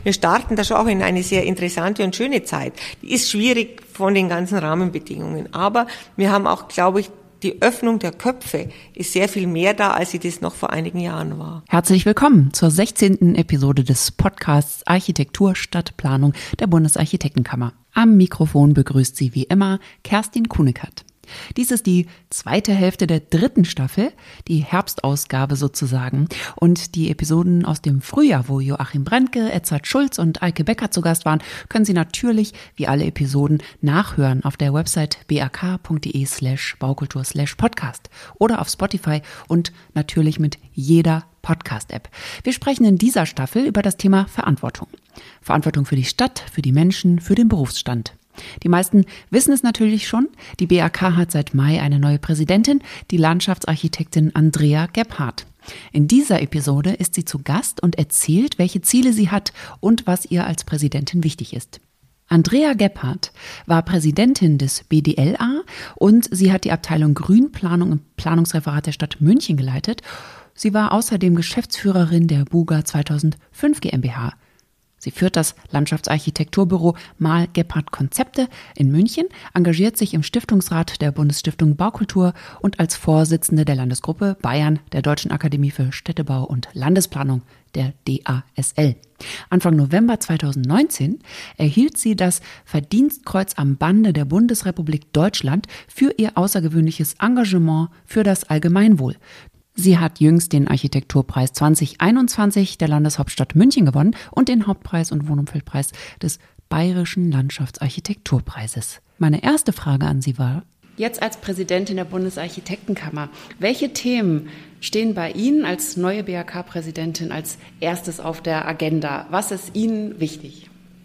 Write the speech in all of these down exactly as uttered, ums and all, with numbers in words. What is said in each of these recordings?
Wir starten da schon auch in eine sehr interessante und schöne Zeit. Die ist schwierig von den ganzen Rahmenbedingungen, aber wir haben auch, glaube ich, die Öffnung der Köpfe ist sehr viel mehr da, als sie das noch vor einigen Jahren war. Herzlich willkommen zur sechzehnten Episode des Podcasts Architektur Stadtplanung der Bundesarchitektenkammer. Am Mikrofon begrüßt Sie wie immer Kerstin Kunekat. Dies ist die zweite Hälfte der dritten Staffel, die Herbstausgabe sozusagen. Und die Episoden aus dem Frühjahr, wo Joachim Brendke, Edzard Schulz und Eike Becker zu Gast waren, können Sie natürlich, wie alle Episoden, nachhören auf der Website bak.de slash baukultur slash podcast oder auf Spotify und natürlich mit jeder Podcast-App. Wir sprechen in dieser Staffel über das Thema Verantwortung. Verantwortung für die Stadt, für die Menschen, für den Berufsstand. Die meisten wissen es natürlich schon, die B A K hat seit Mai eine neue Präsidentin, die Landschaftsarchitektin Andrea Gebhardt. In dieser Episode ist sie zu Gast und erzählt, welche Ziele sie hat und was ihr als Präsidentin wichtig ist. Andrea Gebhardt war Präsidentin des B D L A und sie hat die Abteilung Grünplanung im Planungsreferat der Stadt München geleitet. Sie war außerdem Geschäftsführerin der BUGA zweitausendfünf GmbH. Sie führt das Landschaftsarchitekturbüro Mal Gebhardt Konzepte in München, engagiert sich im Stiftungsrat der Bundesstiftung Baukultur und als Vorsitzende der Landesgruppe Bayern der Deutschen Akademie für Städtebau und Landesplanung, der D A S L. Anfang November zweitausendneunzehn erhielt sie das Verdienstkreuz am Bande der Bundesrepublik Deutschland für ihr außergewöhnliches Engagement für das Allgemeinwohl. Sie hat jüngst den Architekturpreis zwanzig einundzwanzig der Landeshauptstadt München gewonnen und den Hauptpreis und Wohnumfeldpreis des Bayerischen Landschaftsarchitekturpreises. Meine erste Frage an Sie war: Jetzt als Präsidentin der Bundesarchitektenkammer, welche Themen stehen bei Ihnen als neue B A K-Präsidentin als erstes auf der Agenda? Was ist Ihnen wichtig?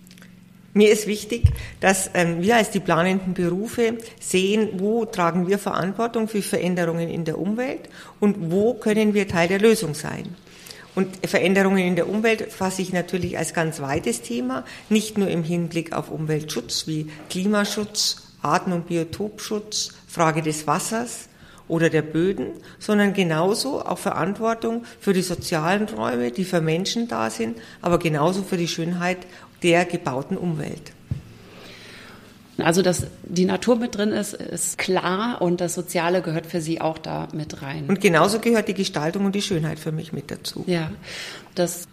Mir ist wichtig, dass ähm, wir als die planenden Berufe sehen, wo tragen wir Verantwortung für Veränderungen in der Umwelt und wo können wir Teil der Lösung sein. Und Veränderungen in der Umwelt fasse ich natürlich als ganz weites Thema, nicht nur im Hinblick auf Umweltschutz wie Klimaschutz, Arten- und Biotopschutz, Frage des Wassers oder der Böden, sondern genauso auch Verantwortung für die sozialen Räume, die für Menschen da sind, aber genauso für die Schönheit der gebauten Umwelt. Also, dass die Natur mit drin ist, ist klar und das Soziale gehört für Sie auch da mit rein. Und genauso gehört die Gestaltung und die Schönheit für mich mit dazu. Ja, das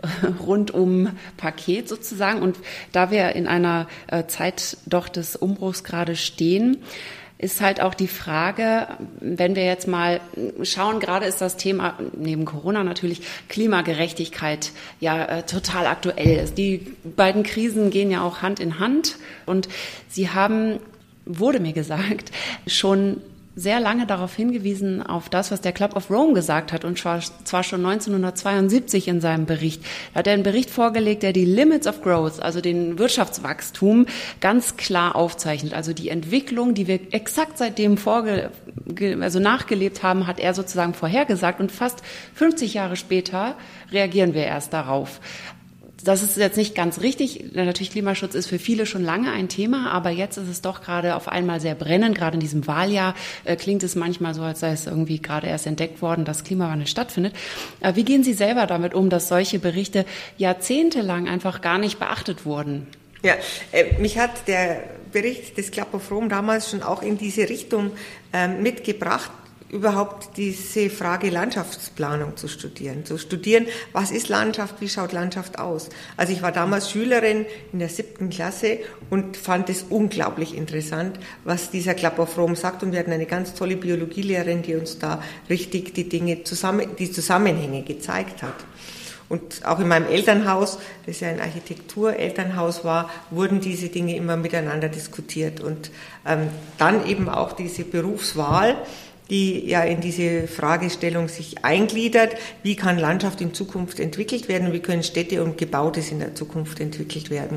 Rundum-Paket sozusagen. Und da wir in einer Zeit doch des Umbruchs gerade stehen, ist halt auch die Frage, wenn wir jetzt mal schauen, gerade ist das Thema, neben Corona natürlich, Klimagerechtigkeit ja äh, total aktuell ist. Die beiden Krisen gehen ja auch Hand in Hand und Sie haben, wurde mir gesagt, schon sehr lange darauf hingewiesen, auf das, was der Club of Rome gesagt hat, und zwar, zwar schon neunzehnhundertzweiundsiebzig in seinem Bericht. Da hat er einen Bericht vorgelegt, der die Limits of Growth, also den Wirtschaftswachstum, ganz klar aufzeichnet. Also die Entwicklung, die wir exakt seitdem vorge, also nachgelebt haben, hat er sozusagen vorhergesagt, und fast fünfzig Jahre später reagieren wir erst darauf. Das ist jetzt nicht ganz richtig. Natürlich, Klimaschutz ist für viele schon lange ein Thema, aber jetzt ist es doch gerade auf einmal sehr brennend. Gerade in diesem Wahljahr äh, klingt es manchmal so, als sei es irgendwie gerade erst entdeckt worden, dass Klimawandel stattfindet. Äh, wie gehen Sie selber damit um, dass solche Berichte jahrzehntelang einfach gar nicht beachtet wurden? Ja, äh, mich hat der Bericht des Club of Rome damals schon auch in diese Richtung äh, mitgebracht, überhaupt diese Frage Landschaftsplanung zu studieren. Zu studieren, was ist Landschaft, wie schaut Landschaft aus? Also ich war damals Schülerin in der siebten Klasse und fand es unglaublich interessant, was dieser Club of Rome sagt. Und wir hatten eine ganz tolle Biologielehrerin, die uns da richtig die Dinge zusammen, die Zusammenhänge gezeigt hat. Und auch in meinem Elternhaus, das ja ein Architektur-Elternhaus war, wurden diese Dinge immer miteinander diskutiert. Und ähm, dann eben auch diese Berufswahl, die ja in diese Fragestellung sich eingliedert, wie kann Landschaft in Zukunft entwickelt werden, wie können Städte und Gebautes in der Zukunft entwickelt werden.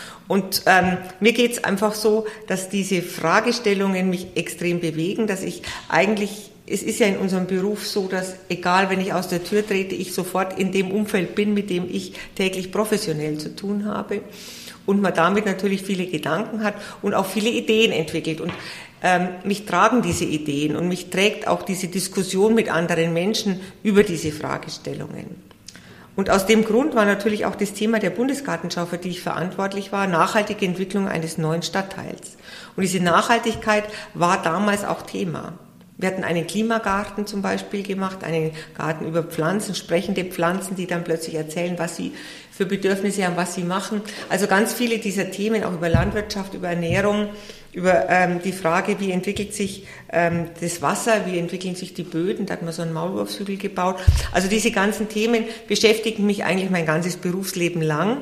Und ähm, mir geht's einfach so, dass diese Fragestellungen mich extrem bewegen, dass ich eigentlich, es ist ja in unserem Beruf so, dass egal, wenn ich aus der Tür trete, ich sofort in dem Umfeld bin, mit dem ich täglich professionell zu tun habe und man damit natürlich viele Gedanken hat und auch viele Ideen entwickelt. Und Ähm, mich tragen diese Ideen und mich trägt auch diese Diskussion mit anderen Menschen über diese Fragestellungen. Und aus dem Grund war natürlich auch das Thema der Bundesgartenschau, für die ich verantwortlich war, nachhaltige Entwicklung eines neuen Stadtteils. Und diese Nachhaltigkeit war damals auch Thema. Wir hatten einen Klimagarten zum Beispiel gemacht, einen Garten über Pflanzen, sprechende Pflanzen, die dann plötzlich erzählen, was sie für Bedürfnisse haben, was sie machen. Also ganz viele dieser Themen, auch über Landwirtschaft, über Ernährung, über ähm, die Frage, wie entwickelt sich ähm, das Wasser, wie entwickeln sich die Böden, da hat man so einen Maulwurfshügel gebaut. Also diese ganzen Themen beschäftigen mich eigentlich mein ganzes Berufsleben lang.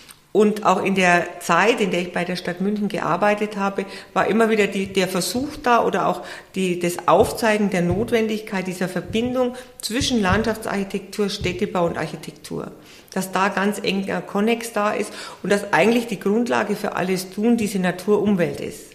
Und auch in der Zeit, in der ich bei der Stadt München gearbeitet habe, war immer wieder die, der Versuch da oder auch die, das Aufzeigen der Notwendigkeit dieser Verbindung zwischen Landschaftsarchitektur, Städtebau und Architektur. Dass da ganz enger Konnex da ist und dass eigentlich die Grundlage für alles Tun diese Natur-Umwelt ist.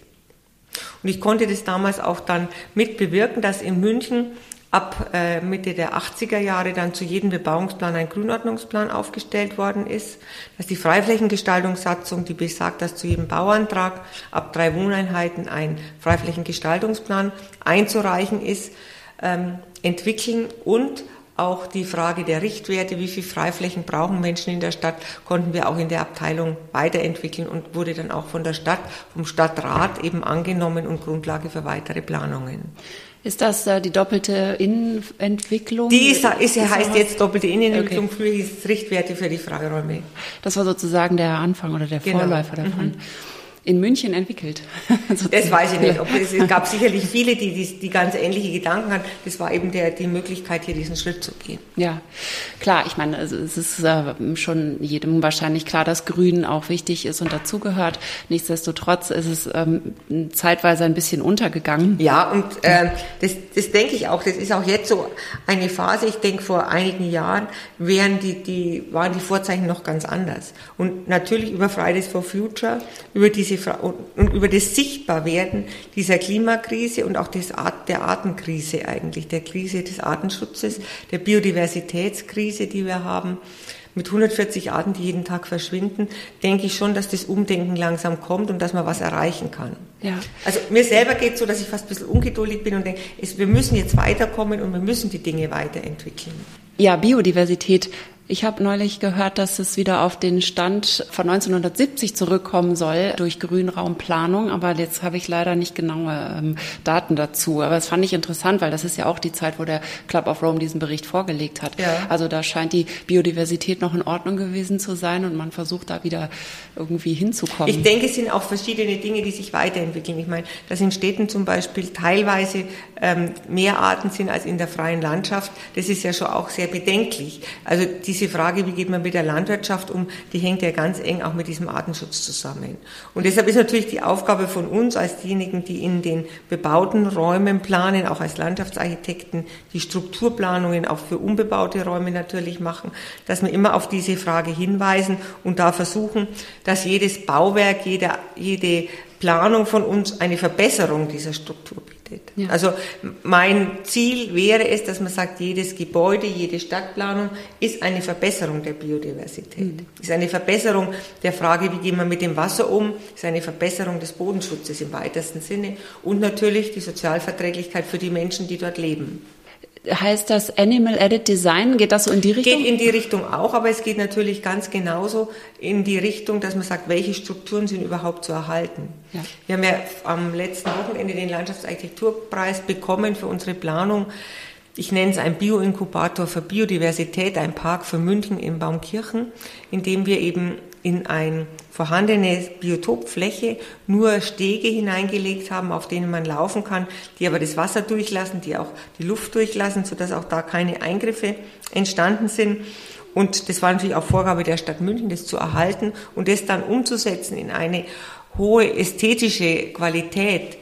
Und ich konnte das damals auch dann mit bewirken, dass in München ab äh, Mitte der achtziger Jahre dann zu jedem Bebauungsplan ein Grünordnungsplan aufgestellt worden ist, dass die Freiflächengestaltungssatzung, die besagt, dass zu jedem Bauantrag ab drei Wohneinheiten ein Freiflächengestaltungsplan einzureichen ist, ähm, entwickeln und auch die Frage der Richtwerte, wie viel Freiflächen brauchen Menschen in der Stadt, konnten wir auch in der Abteilung weiterentwickeln und wurde dann auch von der Stadt, vom Stadtrat eben angenommen und Grundlage für weitere Planungen. Ist das äh, die doppelte Innenentwicklung? Die ist, ist, ist heißt was? Jetzt doppelte Innenentwicklung, Okay. Früher hieß es Richtwerte für die Freiräume. Das war sozusagen der Anfang oder der Genau. Vorläufer davon. Mhm. In München entwickelt. Das weiß ich nicht. Ob es, es gab sicherlich viele, die, die, die ganz ähnliche Gedanken hatten. Das war eben der, die Möglichkeit, hier diesen Schritt zu gehen. Ja, klar. Ich meine, es ist äh, schon jedem wahrscheinlich klar, dass Grün auch wichtig ist und dazugehört. Nichtsdestotrotz ist es ähm, zeitweise ein bisschen untergegangen. Ja, und äh, das, das denke ich auch. Das ist auch jetzt so eine Phase. Ich denke, vor einigen Jahren wären die, die, waren die Vorzeichen noch ganz anders. Und natürlich über Fridays for Future, über diese und über das Sichtbarwerden dieser Klimakrise und auch des Art, der Artenkrise eigentlich, der Krise des Artenschutzes, der Biodiversitätskrise, die wir haben, mit hundertvierzig Arten, die jeden Tag verschwinden, denke ich schon, dass das Umdenken langsam kommt und dass man was erreichen kann. Ja. Also mir selber geht es so, dass ich fast ein bisschen ungeduldig bin und denke, es, wir müssen jetzt weiterkommen und wir müssen die Dinge weiterentwickeln. Ja, Biodiversität. Ich habe neulich gehört, dass es wieder auf den Stand von neunzehnhundertsiebzig zurückkommen soll durch Grünraumplanung, aber jetzt habe ich leider nicht genaue ähm, Daten dazu. Aber das fand ich interessant, weil das ist ja auch die Zeit, wo der Club of Rome diesen Bericht vorgelegt hat. Ja. Also da scheint die Biodiversität noch in Ordnung gewesen zu sein und man versucht da wieder irgendwie hinzukommen. Ich denke, es sind auch verschiedene Dinge, die sich weiterentwickeln. Ich meine, dass in Städten zum Beispiel teilweise ähm, mehr Arten sind als in der freien Landschaft, das ist ja schon auch sehr bedenklich. Also diese Frage, wie geht man mit der Landwirtschaft um, die hängt ja ganz eng auch mit diesem Artenschutz zusammen. Und deshalb ist natürlich die Aufgabe von uns als diejenigen, die in den bebauten Räumen planen, auch als Landschaftsarchitekten, die Strukturplanungen auch für unbebaute Räume natürlich machen, dass wir immer auf diese Frage hinweisen und da versuchen, dass jedes Bauwerk, jede, jede Planung von uns eine Verbesserung dieser Struktur bietet. Ja. Also mein Ziel wäre es, dass man sagt, jedes Gebäude, jede Stadtplanung ist eine Verbesserung der Biodiversität. Mhm. Ist eine Verbesserung der Frage, wie gehen wir mit dem Wasser um, ist eine Verbesserung des Bodenschutzes im weitesten Sinne und natürlich die Sozialverträglichkeit für die Menschen, die dort leben. Heißt das Animal Edit Design? Geht das so in die Richtung? Geht in die Richtung auch, aber es geht natürlich ganz genauso in die Richtung, dass man sagt, welche Strukturen sind überhaupt zu erhalten. Ja. Wir haben ja am letzten Wochenende den Landschaftsarchitekturpreis bekommen für unsere Planung. Ich nenne es ein Bioinkubator für Biodiversität, ein Park für München in Baumkirchen, in dem wir eben in ein vorhandene Biotopfläche nur Stege hineingelegt haben, auf denen man laufen kann, die aber das Wasser durchlassen, die auch die Luft durchlassen, sodass auch da keine Eingriffe entstanden sind. Und das war natürlich auch Vorgabe der Stadt München, das zu erhalten und das dann umzusetzen in eine hohe ästhetische Qualität,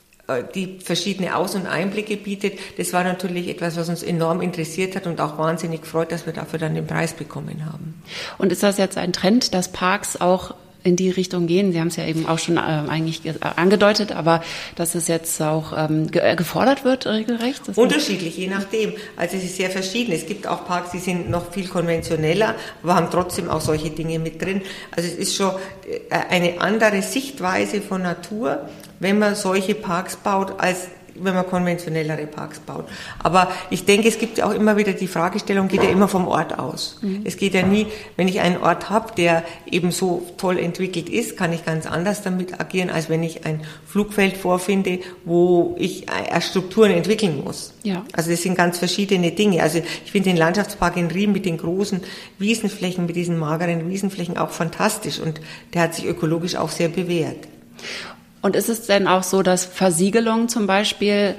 die verschiedene Aus- und Einblicke bietet. Das war natürlich etwas, was uns enorm interessiert hat und auch wahnsinnig freut, dass wir dafür dann den Preis bekommen haben. Und ist das jetzt ein Trend, dass Parks auch in die Richtung gehen? Sie haben es ja eben auch schon äh, eigentlich ge- angedeutet, aber dass es jetzt auch ähm, ge- gefordert wird, regelrecht? Unterschiedlich, je nachdem. Also es ist sehr verschieden. Es gibt auch Parks, die sind noch viel konventioneller, aber haben trotzdem auch solche Dinge mit drin. Also es ist schon eine andere Sichtweise von Natur, wenn man solche Parks baut, als wenn man konventionellere Parks baut. Aber ich denke, es gibt ja auch immer wieder die Fragestellung, geht ja immer vom Ort aus. Mhm. Es geht ja nie, wenn ich einen Ort habe, der eben so toll entwickelt ist, kann ich ganz anders damit agieren, als wenn ich ein Flugfeld vorfinde, wo ich Strukturen entwickeln muss. Ja. Also das sind ganz verschiedene Dinge. Also ich finde den Landschaftspark in Riem mit den großen Wiesenflächen, mit diesen mageren Wiesenflächen auch fantastisch und der hat sich ökologisch auch sehr bewährt. Und ist es denn auch so, dass Versiegelung zum Beispiel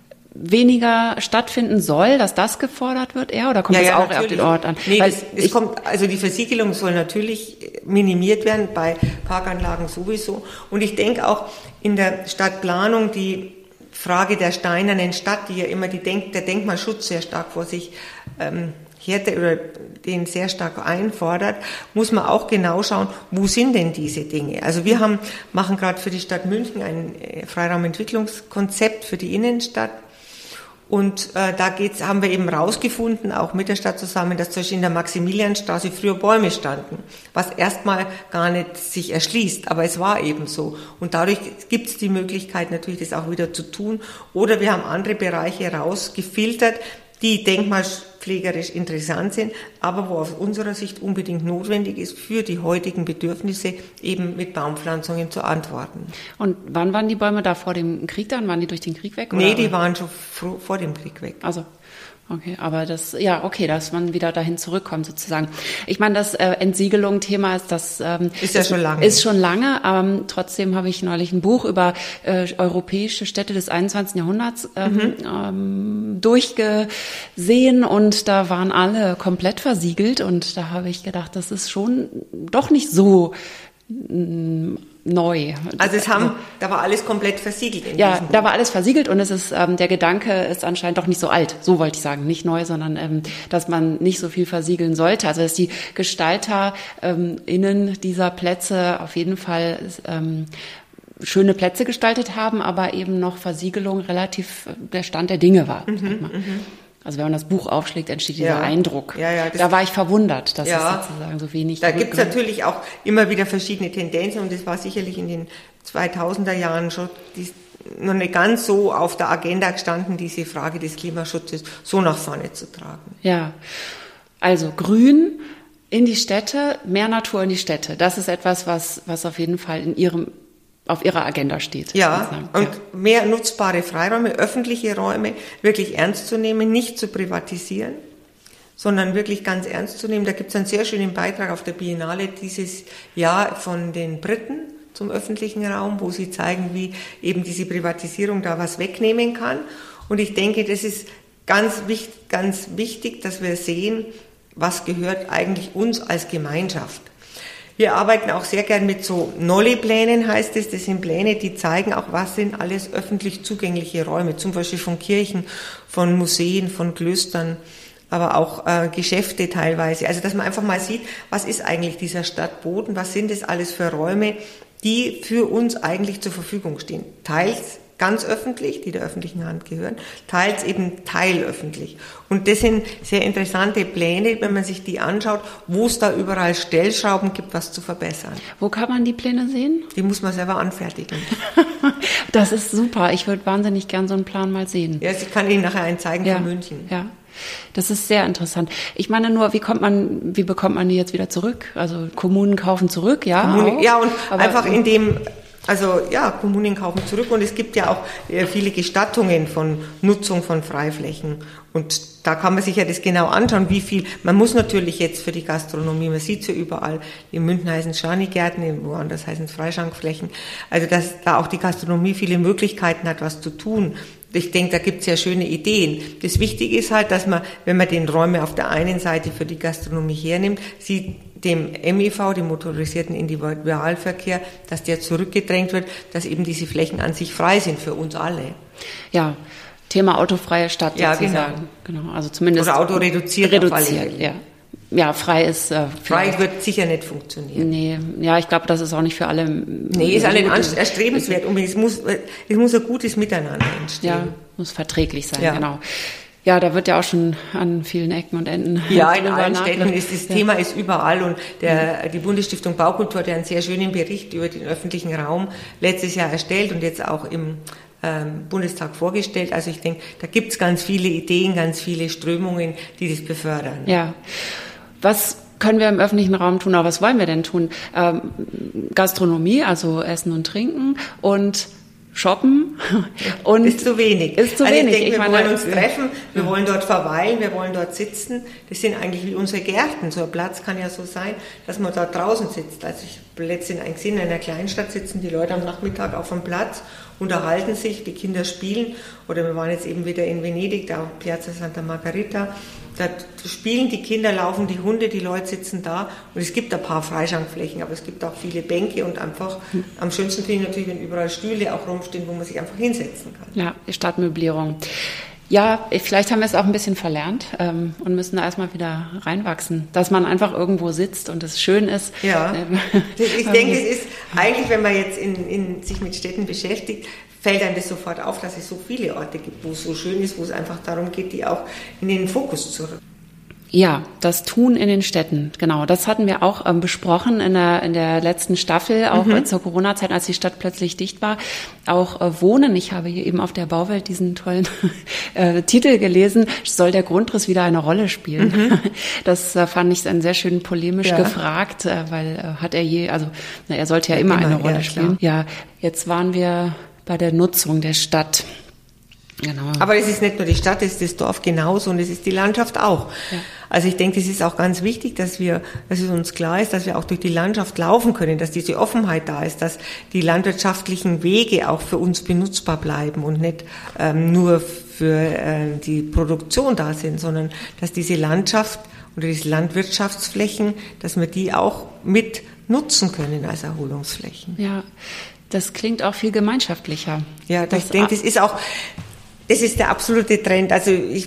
weniger stattfinden soll, dass das gefordert wird eher, oder kommt ja, das ja, auch natürlich. Auf den Ort an? Nee, Weil das, es kommt, also die Versiegelung soll natürlich minimiert werden, bei Parkanlagen sowieso. Und ich denke auch in der Stadtplanung die Frage der steinernen Stadt, die ja immer die Denk, der Denkmalschutz sehr stark vor sich ähm, härte oder den sehr stark einfordert, muss man auch genau schauen, wo sind denn diese Dinge? Also wir haben, machen gerade für die Stadt München ein Freiraumentwicklungskonzept für die Innenstadt und äh, da geht's, haben wir eben rausgefunden, auch mit der Stadt zusammen, dass zum Beispiel in der Maximilianstraße früher Bäume standen, was erstmal gar nicht sich erschließt, aber es war eben so und dadurch gibt's die Möglichkeit natürlich, das auch wieder zu tun oder wir haben andere Bereiche rausgefiltert, die denkmalpflegerisch interessant sind, aber wo aus unserer Sicht unbedingt notwendig ist, für die heutigen Bedürfnisse eben mit Baumpflanzungen zu antworten. Und wann waren die Bäume da vor dem Krieg dann? Waren die durch den Krieg weg? Oder? Nee, die waren schon vor dem Krieg weg. Also okay, aber das, ja, okay, dass man wieder dahin zurückkommt sozusagen. Ich meine, das äh, Entsiegelung-Thema ist das ähm, ist ja ist, schon lange. Ist schon lange. Ähm, trotzdem habe ich neulich ein Buch über äh, europäische Städte des einundzwanzigsten Jahrhunderts ähm, mhm. ähm, durchgesehen und da waren alle komplett versiegelt und da habe ich gedacht, das ist schon doch nicht so mh, neu. Also es haben, da war alles komplett versiegelt. In ja, da war alles versiegelt und es ist ähm, der Gedanke ist anscheinend doch nicht so alt. So wollte ich sagen, nicht neu, sondern ähm, dass man nicht so viel versiegeln sollte. Also dass die Gestalter ähm, innen dieser Plätze auf jeden Fall ähm, schöne Plätze gestaltet haben, aber eben noch Versiegelung relativ der Stand der Dinge war. Mhm, mhm. Also wenn man das Buch aufschlägt, entsteht dieser ja. Eindruck. Ja, ja, da war ich verwundert, dass ja. es sozusagen so wenig... Da gibt es natürlich auch immer wieder verschiedene Tendenzen und das war sicherlich in den zweitausender Jahren schon die, noch nicht ganz so auf der Agenda gestanden, diese Frage des Klimaschutzes so nach vorne zu tragen. Ja, also Grün in die Städte, mehr Natur in die Städte. Das ist etwas, was, was auf jeden Fall in Ihrem auf ihrer Agenda steht. Ja, und ja. mehr nutzbare Freiräume, öffentliche Räume wirklich ernst zu nehmen, nicht zu privatisieren, sondern wirklich ganz ernst zu nehmen. Da gibt es einen sehr schönen Beitrag auf der Biennale dieses Jahr von den Briten zum öffentlichen Raum, wo sie zeigen, wie eben diese Privatisierung da was wegnehmen kann. Und ich denke, das ist ganz wichtig, ganz wichtig, dass wir sehen, was gehört eigentlich uns als Gemeinschaft. Wir arbeiten auch sehr gern mit so Nolli-Plänen, heißt es. Das sind Pläne, die zeigen auch, was sind alles öffentlich zugängliche Räume, zum Beispiel von Kirchen, von Museen, von Klöstern, aber auch äh, Geschäfte teilweise. Also dass man einfach mal sieht, was ist eigentlich dieser Stadtboden, was sind das alles für Räume, die für uns eigentlich zur Verfügung stehen. Teils ganz öffentlich, die der öffentlichen Hand gehören, teils eben teilöffentlich. Und das sind sehr interessante Pläne, wenn man sich die anschaut, wo es da überall Stellschrauben gibt, was zu verbessern. Wo kann man die Pläne sehen? Die muss man selber anfertigen. Das ist super. Ich würde wahnsinnig gern so einen Plan mal sehen. Ja, ich kann Ihnen nachher einen zeigen ja, von München. Ja. Das ist sehr interessant. Ich meine nur, wie kommt man, wie bekommt man die jetzt wieder zurück? Also Kommunen kaufen zurück, ja. Kommunen, ja, und aber einfach indem Also ja, Kommunen kaufen zurück und es gibt ja auch viele Gestattungen von Nutzung von Freiflächen und da kann man sich ja das genau anschauen, wie viel, man muss natürlich jetzt für die Gastronomie, man sieht es ja überall, in München heißen es Schanigärten, woanders heißen es Freischankflächen, also dass da auch die Gastronomie viele Möglichkeiten hat, was zu tun. Ich denke, da gibt es ja schöne Ideen. Das Wichtige ist halt, dass man, wenn man den Räume auf der einen Seite für die Gastronomie hernimmt, sieht dem M I V, dem motorisierten Individualverkehr, dass der zurückgedrängt wird, dass eben diese Flächen an sich frei sind für uns alle. Ja, Thema autofreie Stadt ja, sozusagen. Genau. genau. Also zumindest oder Auto reduziert. Reduziert, ja. Ja, frei ist... Äh, frei wird sicher nicht funktionieren. Nee, ja, ich glaube, das ist auch nicht für alle... Nee, ist allen erstrebenswert. Und es muss, es muss ein gutes Miteinander entstehen. Ja, muss verträglich sein, ja. genau. Ja, da wird ja auch schon an vielen Ecken und Enden... Ja, in allen Städten ist das ja. Thema ist überall. Und der, die Bundesstiftung Baukultur hat ja einen sehr schönen Bericht über den öffentlichen Raum letztes Jahr erstellt und jetzt auch im ähm, Bundestag vorgestellt. Also ich denke, da gibt es ganz viele Ideen, ganz viele Strömungen, die das befördern. Ja. Was können wir im öffentlichen Raum tun, aber was wollen wir denn tun? Ähm, Gastronomie, also Essen und Trinken und Shoppen und ist zu wenig. Ist zu also wenig. Ich denke, wir ich meine, wollen uns treffen, wir ja. wollen dort verweilen, wir wollen dort sitzen. Das sind eigentlich wie unsere Gärten. So ein Platz kann ja so sein, dass man da draußen sitzt. Also ich habe letztens einen gesehen, in einer Kleinstadt sitzen die Leute am Nachmittag auf dem Platz, unterhalten sich, die Kinder spielen. Oder wir waren jetzt eben wieder in Venedig, da auf Piazza Santa Margherita. Da spielen die Kinder, laufen die Hunde, die Leute sitzen da und es gibt ein paar Freischankflächen, aber es gibt auch viele Bänke und einfach, hm. am schönsten finde ich natürlich, wenn überall Stühle auch rumstehen, wo man sich einfach hinsetzen kann. Ja, die Stadtmöblierung. Ja, vielleicht haben wir es auch ein bisschen verlernt ähm, und müssen da erstmal wieder reinwachsen, dass man einfach irgendwo sitzt und es schön ist. Ja, ich denke, es ist eigentlich, wenn man jetzt in, in, sich mit Städten beschäftigt, fällt einem das sofort auf, dass es so viele Orte gibt, wo es so schön ist, wo es einfach darum geht, die auch in den Fokus zu rücken. Ja, das Tun in den Städten, genau. Das hatten wir auch ähm, besprochen in der, in der letzten Staffel, auch mhm. zur Corona-Zeit, als die Stadt plötzlich dicht war. Auch äh, Wohnen, ich habe hier eben auf der Bauwelt diesen tollen äh, Titel gelesen, soll der Grundriss wieder eine Rolle spielen. Mhm. Das äh, fand ich dann sehr schön polemisch ja. gefragt, äh, weil äh, hat er je, also na, er sollte ja, ja immer, immer eine Rolle ja, spielen. Ja, jetzt waren wir bei der Nutzung der Stadt. Genau. Aber es ist nicht nur die Stadt, es ist das Dorf genauso und es ist die Landschaft auch. Ja. Also ich denke, es ist auch ganz wichtig, dass wir, dass es uns klar ist, dass wir auch durch die Landschaft laufen können, dass diese Offenheit da ist, dass die landwirtschaftlichen Wege auch für uns benutzbar bleiben und nicht ähm, nur für äh, die Produktion da sind, sondern dass diese Landschaft oder diese Landwirtschaftsflächen, dass wir die auch mit nutzen können als Erholungsflächen. Ja, das klingt auch viel gemeinschaftlicher. Ja, das ich denke, das ist auch, das ist der absolute Trend. Also ich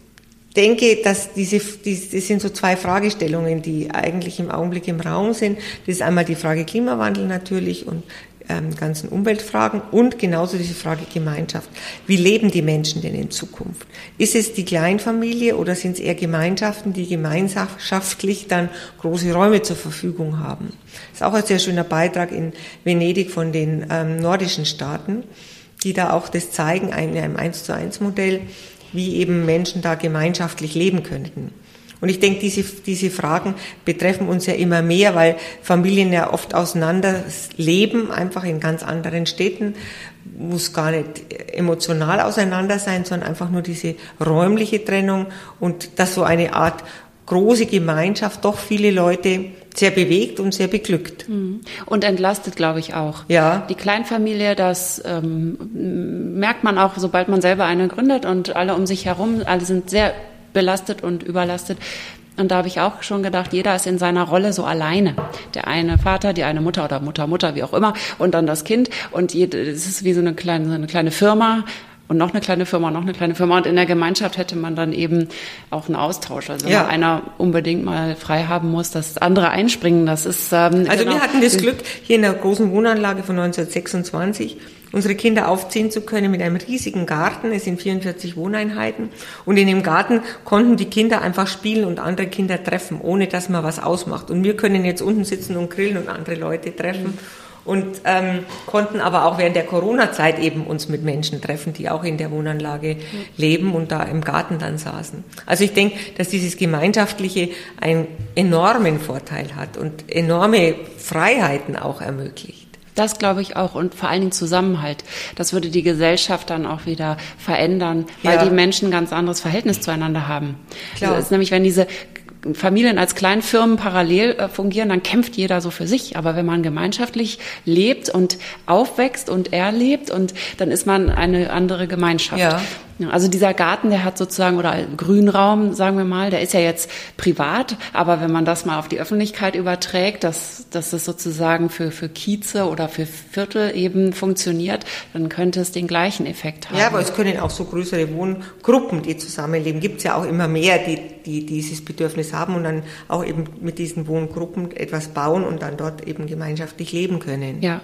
denke, dass diese, das sind so zwei Fragestellungen, die eigentlich im Augenblick im Raum sind. Das ist einmal die Frage Klimawandel natürlich und ähm, ganzen Umweltfragen und genauso diese Frage Gemeinschaft. Wie leben die Menschen denn in Zukunft? Ist es die Kleinfamilie oder sind es eher Gemeinschaften, die gemeinschaftlich dann große Räume zur Verfügung haben? Das ist auch ein sehr schöner Beitrag in Venedig von den ähm, nordischen Staaten, die da auch das zeigen, in einem eins zu eins Modell, wie eben Menschen da gemeinschaftlich leben könnten. Und ich denke, diese, diese Fragen betreffen uns ja immer mehr, weil Familien ja oft auseinander leben, einfach in ganz anderen Städten, muss gar nicht emotional auseinander sein, sondern einfach nur diese räumliche Trennung und dass so eine Art große Gemeinschaft doch viele Leute sehr bewegt und sehr beglückt. Und entlastet, glaube ich, auch. Ja. Die Kleinfamilie, das ähm, merkt man auch, sobald man selber eine gründet und alle um sich herum, alle sind sehr belastet und überlastet. Und da habe ich auch schon gedacht, jeder ist in seiner Rolle so alleine. Der eine Vater, die eine Mutter oder Mutter, Mutter, wie auch immer, und dann das Kind. Und es ist wie so eine kleine, so eine kleine Firma. Und noch eine kleine Firma, noch eine kleine Firma. Und in der Gemeinschaft hätte man dann eben auch einen Austausch. Also wenn ja. einer unbedingt mal frei haben muss, dass andere einspringen. Das ist ähm, Also genau. wir hatten das Glück, hier in der großen Wohnanlage von neunzehnhundertsechsundzwanzig unsere Kinder aufziehen zu können mit einem riesigen Garten. Es sind vierundvierzig Wohneinheiten. Und in dem Garten konnten die Kinder einfach spielen und andere Kinder treffen, ohne dass man was ausmacht. Und wir können jetzt unten sitzen und grillen und andere Leute treffen. Mhm. Und ähm, konnten aber auch während der Corona-Zeit eben uns mit Menschen treffen, die auch in der Wohnanlage ja. leben und da im Garten dann saßen. Also ich denke, dass dieses Gemeinschaftliche einen enormen Vorteil hat und enorme Freiheiten auch ermöglicht. Das glaube ich auch und vor allen Dingen Zusammenhalt. Das würde die Gesellschaft dann auch wieder verändern, weil ja. die Menschen ein ganz anderes Verhältnis zueinander haben. Klar. Das ist nämlich, wenn diese Familien als Kleinfirmen parallel äh, fungieren, dann kämpft jeder so für sich. Aber wenn man gemeinschaftlich lebt und aufwächst und erlebt, und dann ist man eine andere Gemeinschaft. Ja. Also dieser Garten, der hat sozusagen, oder Grünraum, sagen wir mal, der ist ja jetzt privat, aber wenn man das mal auf die Öffentlichkeit überträgt, dass, dass es sozusagen für, für Kieze oder für Viertel eben funktioniert, dann könnte es den gleichen Effekt haben. Ja, aber es können auch so größere Wohngruppen, die zusammenleben, gibt es ja auch immer mehr, die, die dieses Bedürfnis haben und dann auch eben mit diesen Wohngruppen etwas bauen und dann dort eben gemeinschaftlich leben können. Ja.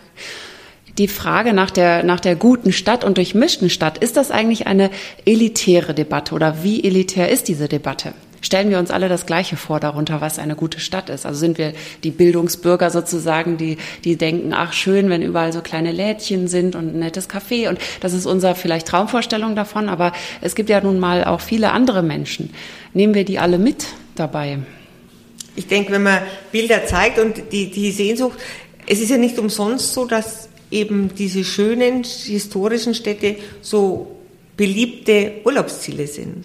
Die Frage nach der, nach der guten Stadt und durchmischten Stadt, ist das eigentlich eine elitäre Debatte oder wie elitär ist diese Debatte? stellen wir uns alle das Gleiche vor darunter, was eine gute Stadt ist? Also sind wir die Bildungsbürger sozusagen, die, die denken, ach schön, wenn überall so kleine Lädchen sind und ein nettes Café, und das ist unsere vielleicht Traumvorstellung davon, aber es gibt ja nun mal auch viele andere Menschen. Nehmen wir die alle mit dabei? Ich denke, wenn man Bilder zeigt und die, die Sehnsucht, es ist ja nicht umsonst so, dass eben diese schönen historischen Städte so beliebte Urlaubsziele sind.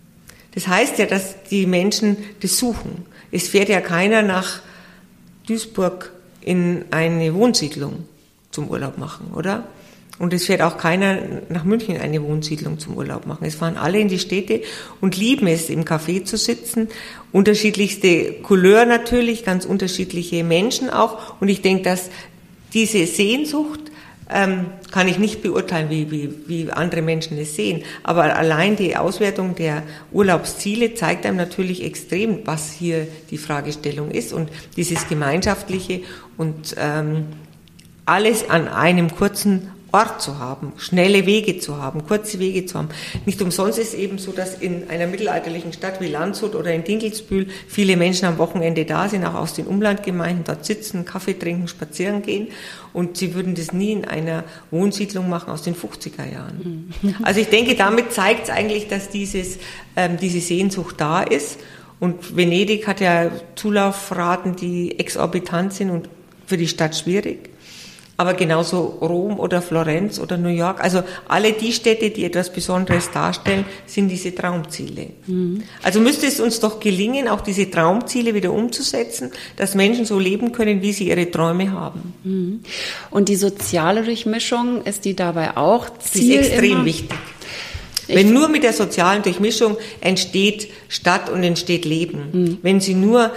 Das heißt ja, dass die Menschen das suchen. Es fährt ja keiner nach Duisburg in eine Wohnsiedlung zum Urlaub machen, oder? Und es fährt auch keiner nach München in eine Wohnsiedlung zum Urlaub machen. Es fahren alle in die Städte und lieben es, im Café zu sitzen. Unterschiedlichste Couleur natürlich, ganz unterschiedliche Menschen auch. Und ich denke, dass diese Sehnsucht, ähm, kann ich nicht beurteilen, wie, wie, wie andere Menschen es sehen. Aber allein die Auswertung der Urlaubsziele zeigt einem natürlich extrem, was hier die Fragestellung ist. Und dieses Gemeinschaftliche und ähm, alles an einem kurzen Ort zu haben, schnelle Wege zu haben, kurze Wege zu haben. Nicht umsonst ist es eben so, dass in einer mittelalterlichen Stadt wie Landshut oder in Dinkelsbühl viele Menschen am Wochenende da sind, auch aus den Umlandgemeinden, dort sitzen, Kaffee trinken, spazieren gehen, und sie würden das nie in einer Wohnsiedlung machen aus den fünfziger Jahren. Also ich denke, damit zeigt es eigentlich, dass dieses, ähm, diese Sehnsucht da ist, und Venedig hat ja Zulaufraten, die exorbitant sind und für die Stadt schwierig. Aber genauso Rom oder Florenz oder New York, also alle die Städte, die etwas Besonderes darstellen, sind diese Traumziele. Mhm. Also müsste es uns doch gelingen, auch diese Traumziele wieder umzusetzen, dass Menschen so leben können, wie sie ihre Träume haben. Mhm. Und die soziale Durchmischung, ist die dabei auch Ziel? Die ist extrem immer? wichtig. Wenn nur mit der sozialen Durchmischung entsteht Stadt und entsteht Leben. Mhm. Wenn sie nur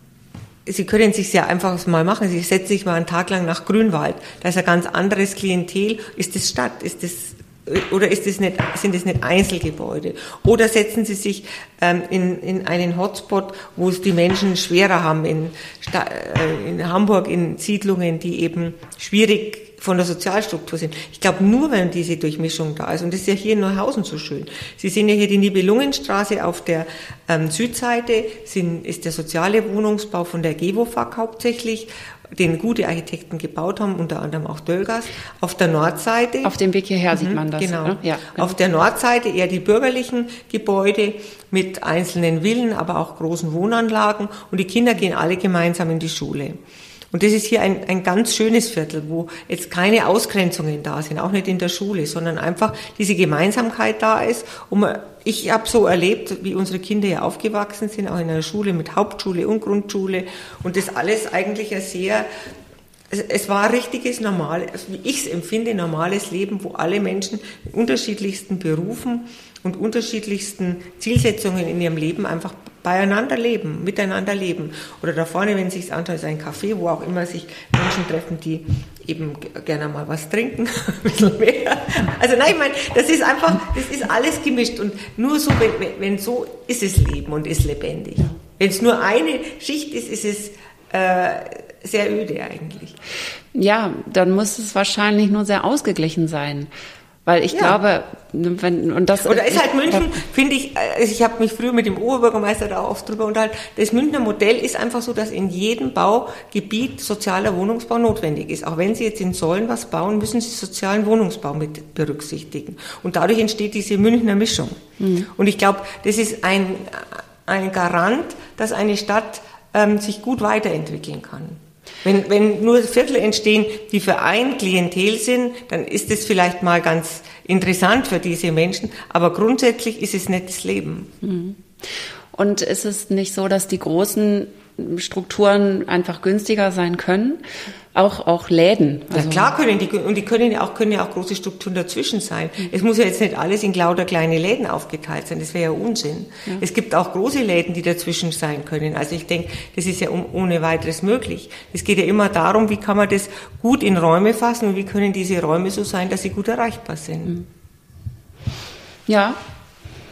Sie können sich ja einfach mal machen. Sie setzen sich mal einen Tag lang nach Grünwald. Da ist ein ganz anderes Klientel. Ist das Stadt? Ist das, oder ist das nicht, sind das nicht Einzelgebäude? Oder setzen Sie sich ähm, in, in einen Hotspot, wo es die Menschen schwerer haben, in, Sta- äh, in Hamburg, in Siedlungen, die eben schwierig von der Sozialstruktur sind. Ich glaube, nur wenn diese Durchmischung da ist, und das ist ja hier in Neuhausen so schön. Sie sehen ja hier die Nibelungenstraße auf der ähm, Südseite, sind, ist der soziale Wohnungsbau von der Gewofag hauptsächlich, den gute Architekten gebaut haben, unter anderem auch Dölgers. Auf der Nordseite. Auf dem Weg hierher sieht man das. Genau. Ne? Ja, genau. Auf der Nordseite eher die bürgerlichen Gebäude mit einzelnen Villen, aber auch großen Wohnanlagen, und die Kinder gehen alle gemeinsam in die Schule. Und das ist hier ein, ein ganz schönes Viertel, wo jetzt keine Ausgrenzungen da sind, auch nicht in der Schule, sondern einfach diese Gemeinsamkeit da ist. Und man, ich habe so erlebt, wie unsere Kinder hier aufgewachsen sind, auch in einer Schule mit Hauptschule und Grundschule, und das alles eigentlich ein sehr, es, es war ein richtiges, normales, wie ich es empfinde, normales Leben, wo alle Menschen in unterschiedlichsten Berufen und unterschiedlichsten Zielsetzungen in ihrem Leben einfach beieinander leben, miteinander leben. Oder da vorne, wenn Sie sich anschauen, ist ein Café, wo auch immer sich Menschen treffen, die eben gerne mal was trinken, ein bisschen mehr. Also nein, ich meine, das ist einfach, das ist alles gemischt, und nur so, wenn, wenn so ist es Leben und ist lebendig. Wenn es nur eine Schicht ist, ist es äh, sehr öde eigentlich. Ja, dann muss es wahrscheinlich nur sehr ausgeglichen sein. Weil ich ja. glaube, wenn, und das. Oder ist halt München, finde ich, also ich habe mich früher mit dem Oberbürgermeister da oft drüber unterhalten, das Münchner Modell ist einfach so, dass in jedem Baugebiet sozialer Wohnungsbau notwendig ist. Auch wenn Sie jetzt in Sollen was bauen, müssen Sie sozialen Wohnungsbau mit berücksichtigen. Und dadurch entsteht diese Münchner Mischung. Mhm. Und ich glaube, das ist ein, ein Garant, dass eine Stadt ähm, sich gut weiterentwickeln kann. Wenn, wenn nur Viertel entstehen, die für ein Klientel sind, dann ist es vielleicht mal ganz interessant für diese Menschen, aber grundsätzlich ist es nicht das Leben. Und ist es nicht so, dass die großen Strukturen einfach günstiger sein können? Auch, auch Läden. Also ja, klar können die, und die können ja auch, können ja auch große Strukturen dazwischen sein. Mhm. Es muss ja jetzt nicht alles in lauter kleine Läden aufgeteilt sein, das wäre ja Unsinn. Ja. Es gibt auch große Läden, die dazwischen sein können. Also ich denke, das ist ja um, ohne weiteres möglich. Es geht ja immer darum, wie kann man das gut in Räume fassen und wie können diese Räume so sein, dass sie gut erreichbar sind. Ja.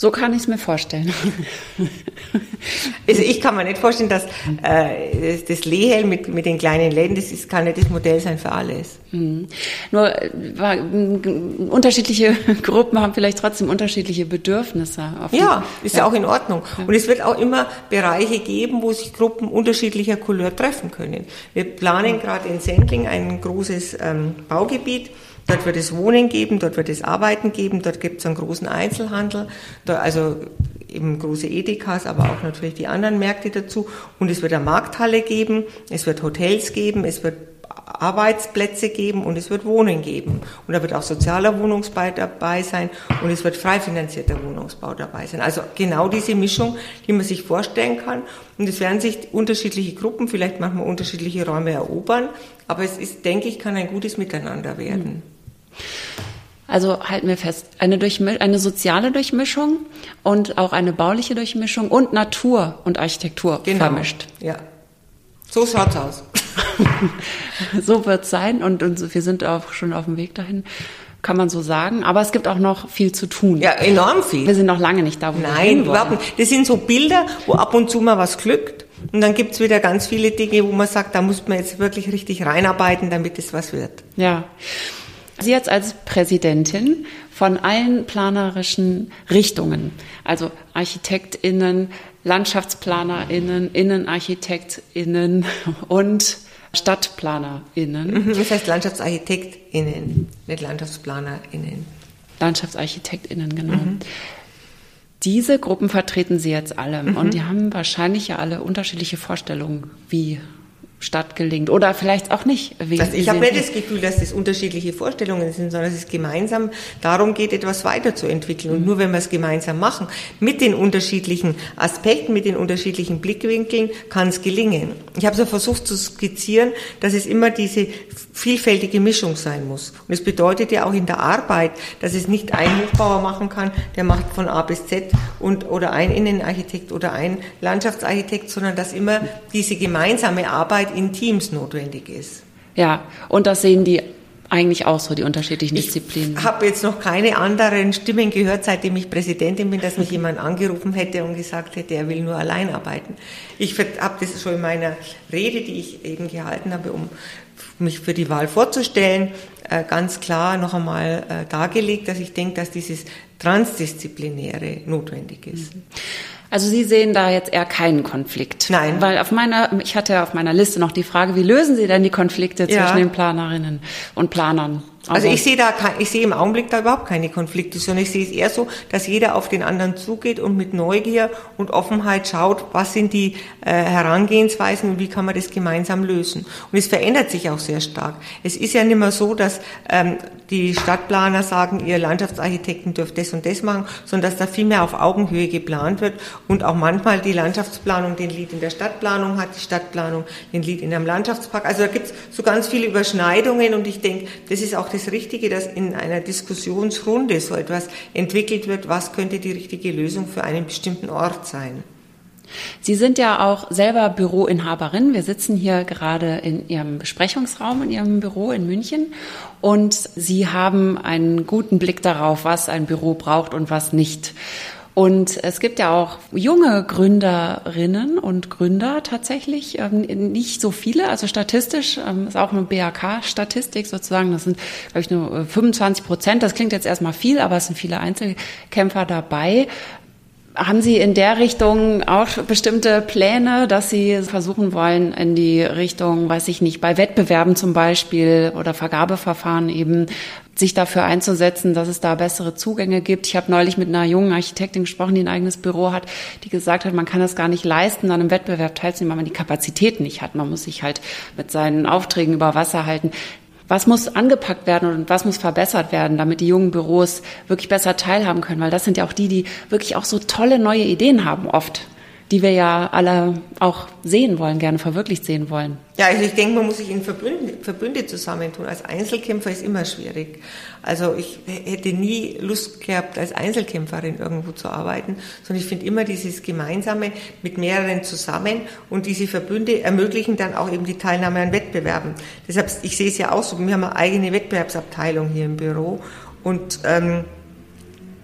So kann ich es mir vorstellen. Also ich kann mir nicht vorstellen, dass äh, das Lehel mit, mit den kleinen Läden, das ist, kann nicht das Modell sein für alles. Mhm. Nur war, unterschiedliche Gruppen haben vielleicht trotzdem unterschiedliche Bedürfnisse. Auf Ja, ist ja. ja auch in Ordnung. Ja. Und es wird auch immer Bereiche geben, wo sich Gruppen unterschiedlicher Couleur treffen können. Wir planen gerade in Sendling ein großes ähm, Baugebiet. Dort wird es Wohnen geben, dort wird es Arbeiten geben, dort gibt es einen großen Einzelhandel, dort also eben große Edekas, aber auch natürlich die anderen Märkte dazu. Und es wird eine Markthalle geben, es wird Hotels geben, es wird Arbeitsplätze geben und es wird Wohnen geben. Und da wird auch sozialer Wohnungsbau dabei sein und es wird frei finanzierter Wohnungsbau dabei sein. Also genau diese Mischung, die man sich vorstellen kann. Und es werden sich unterschiedliche Gruppen, vielleicht manchmal unterschiedliche Räume erobern. Aber es ist, denke ich, kann ein gutes Miteinander werden. Also halten wir fest, eine, Durchmi- eine soziale Durchmischung und auch eine bauliche Durchmischung und Natur und Architektur genau. vermischt. Ja, so schaut's aus. So wird's sein und, und wir sind auch schon auf dem Weg dahin, kann man so sagen. Aber es gibt auch noch viel zu tun. Ja, enorm viel. Wir sind noch lange nicht da, wo Nein, wir hin wollen. überhaupt nicht. Das sind so Bilder, wo ab und zu mal was glückt. Und dann gibt's wieder ganz viele Dinge, wo man sagt, da muss man jetzt wirklich richtig reinarbeiten, damit es was wird. Ja. Sie jetzt als Präsidentin von allen planerischen Richtungen, also ArchitektInnen, LandschaftsplanerInnen, InnenarchitektInnen und StadtplanerInnen. Das heißt LandschaftsarchitektInnen, nicht LandschaftsplanerInnen. LandschaftsarchitektInnen, genau. Mhm. Diese Gruppen vertreten Sie jetzt alle Mhm. und die haben wahrscheinlich ja alle unterschiedliche Vorstellungen, wie Stadt gelingt oder vielleicht auch nicht. Wie, also ich wie habe nicht Sie- das Gefühl, dass das unterschiedliche Vorstellungen sind, sondern dass es gemeinsam darum geht, etwas weiterzuentwickeln. Und nur wenn wir es gemeinsam machen, mit den unterschiedlichen Aspekten, mit den unterschiedlichen Blickwinkeln, kann es gelingen. Ich habe so versucht zu skizzieren, dass es immer diese vielfältige Mischung sein muss. Und es bedeutet ja auch in der Arbeit, dass es nicht ein Hochbauer machen kann, der macht von A bis Z und oder ein Innenarchitekt oder ein Landschaftsarchitekt, sondern dass immer diese gemeinsame Arbeit in Teams notwendig ist. Ja, und das sehen die eigentlich auch so, die unterschiedlichen Disziplinen. Ich habe jetzt noch keine anderen Stimmen gehört, seitdem ich Präsidentin bin, dass mich jemand angerufen hätte und gesagt hätte, er will nur allein arbeiten. Ich habe das schon in meiner Rede, die ich eben gehalten habe, um mich für die Wahl vorzustellen, ganz klar noch einmal dargelegt, dass ich denke, dass dieses Transdisziplinäre notwendig ist. Also Sie sehen da jetzt eher keinen Konflikt. Nein. Weil auf meiner, ich hatte auf meiner Liste noch die Frage, wie lösen Sie denn die Konflikte Ja. zwischen den Planerinnen und Planern? Also Aber- ich sehe da, kein- ich sehe im Augenblick da überhaupt keine Konflikte, sondern ich sehe es eher so, dass jeder auf den anderen zugeht und mit Neugier und Offenheit schaut, was sind die äh, Herangehensweisen und wie kann man das gemeinsam lösen. Und es verändert sich auch sehr stark. Es ist ja nicht mehr so, dass ähm, die Stadtplaner sagen, ihr Landschaftsarchitekten dürft das und das machen, sondern dass da viel mehr auf Augenhöhe geplant wird und auch manchmal die Landschaftsplanung den Lied in der Stadtplanung hat, die Stadtplanung den Lied in einem Landschaftspark. Also da gibt es so ganz viele Überschneidungen und ich denke, das ist auch das Richtige, dass in einer Diskussionsrunde so etwas entwickelt wird, was könnte die richtige Lösung für einen bestimmten Ort sein. Sie sind ja auch selber Büroinhaberin. Wir sitzen hier gerade in Ihrem Besprechungsraum, in Ihrem Büro in München. Und Sie haben einen guten Blick darauf, was ein Büro braucht und was nicht. Und es gibt ja auch junge Gründerinnen und Gründer tatsächlich, ähm, nicht so viele, also statistisch, ähm, ist auch eine B A K-Statistik sozusagen, das sind, glaube ich, nur fünfundzwanzig Prozent, das klingt jetzt erstmal viel, aber es sind viele Einzelkämpfer dabei. Haben Sie in der Richtung auch bestimmte Pläne, dass Sie versuchen wollen, in die Richtung, weiß ich nicht, bei Wettbewerben zum Beispiel oder Vergabeverfahren eben, sich dafür einzusetzen, dass es da bessere Zugänge gibt? Ich habe neulich mit einer jungen Architektin gesprochen, die ein eigenes Büro hat, die gesagt hat, man kann das gar nicht leisten, an einem Wettbewerb teilzunehmen, weil man die Kapazitäten nicht hat. Man muss sich halt mit seinen Aufträgen über Wasser halten. Was muss angepackt werden und was muss verbessert werden, damit die jungen Büros wirklich besser teilhaben können? Weil das sind ja auch die, die wirklich auch so tolle neue Ideen haben oft, die wir ja alle auch sehen wollen, gerne verwirklicht sehen wollen. Ja, also ich denke, man muss sich in Verbünde, Verbünde zusammentun. Als Einzelkämpfer ist immer schwierig. Also ich hätte nie Lust gehabt, als Einzelkämpferin irgendwo zu arbeiten, sondern ich finde immer dieses Gemeinsame mit mehreren zusammen und diese Verbünde ermöglichen dann auch eben die Teilnahme an Wettbewerben. Deshalb, ich sehe es ja auch so, wir haben eine eigene Wettbewerbsabteilung hier im Büro und ähm,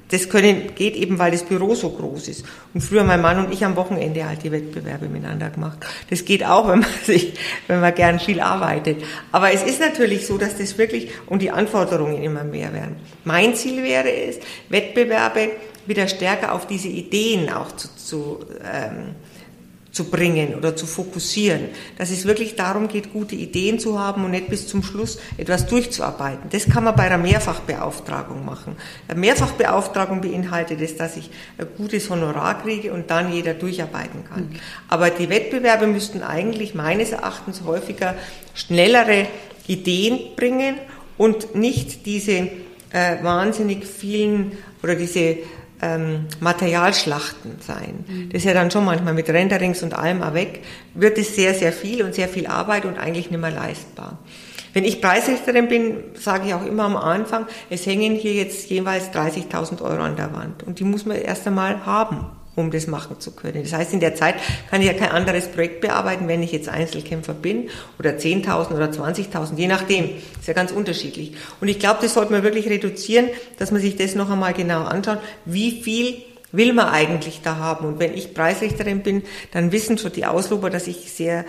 das können, geht eben, weil das Büro so groß ist. Und früher mein Mann und ich am Wochenende halt die Wettbewerbe miteinander gemacht. Das geht auch, wenn man sich, wenn man gern viel arbeitet. Aber es ist natürlich so, dass das wirklich, und die Anforderungen immer mehr werden. Mein Ziel wäre es, Wettbewerbe wieder stärker auf diese Ideen auch zu, zu, ähm, zu bringen oder zu fokussieren, dass es wirklich darum geht, gute Ideen zu haben und nicht bis zum Schluss etwas durchzuarbeiten. Das kann man bei einer Mehrfachbeauftragung machen. Eine Mehrfachbeauftragung beinhaltet es, dass ich ein gutes Honorar kriege und dann jeder durcharbeiten kann. Mhm. Aber die Wettbewerbe müssten eigentlich meines Erachtens häufiger schnellere Ideen bringen und nicht diese äh, wahnsinnig vielen oder diese Ähm, Materialschlachten sein. Das ist ja dann schon manchmal mit Renderings und allem auch weg, wird es sehr, sehr viel und sehr viel Arbeit und eigentlich nicht mehr leistbar. Wenn ich Preisrichterin bin, sage ich auch immer am Anfang, es hängen hier jetzt jeweils dreißigtausend Euro an der Wand und die muss man erst einmal haben, um das machen zu können. Das heißt, in der Zeit kann ich ja kein anderes Projekt bearbeiten, wenn ich jetzt Einzelkämpfer bin oder zehntausend oder zwanzigtausend, je nachdem. Das ist ja ganz unterschiedlich. Und ich glaube, das sollte man wirklich reduzieren, dass man sich das noch einmal genau anschaut, wie viel will man eigentlich da haben. Und wenn ich Preisrichterin bin, dann wissen schon die Auslober, dass ich sehr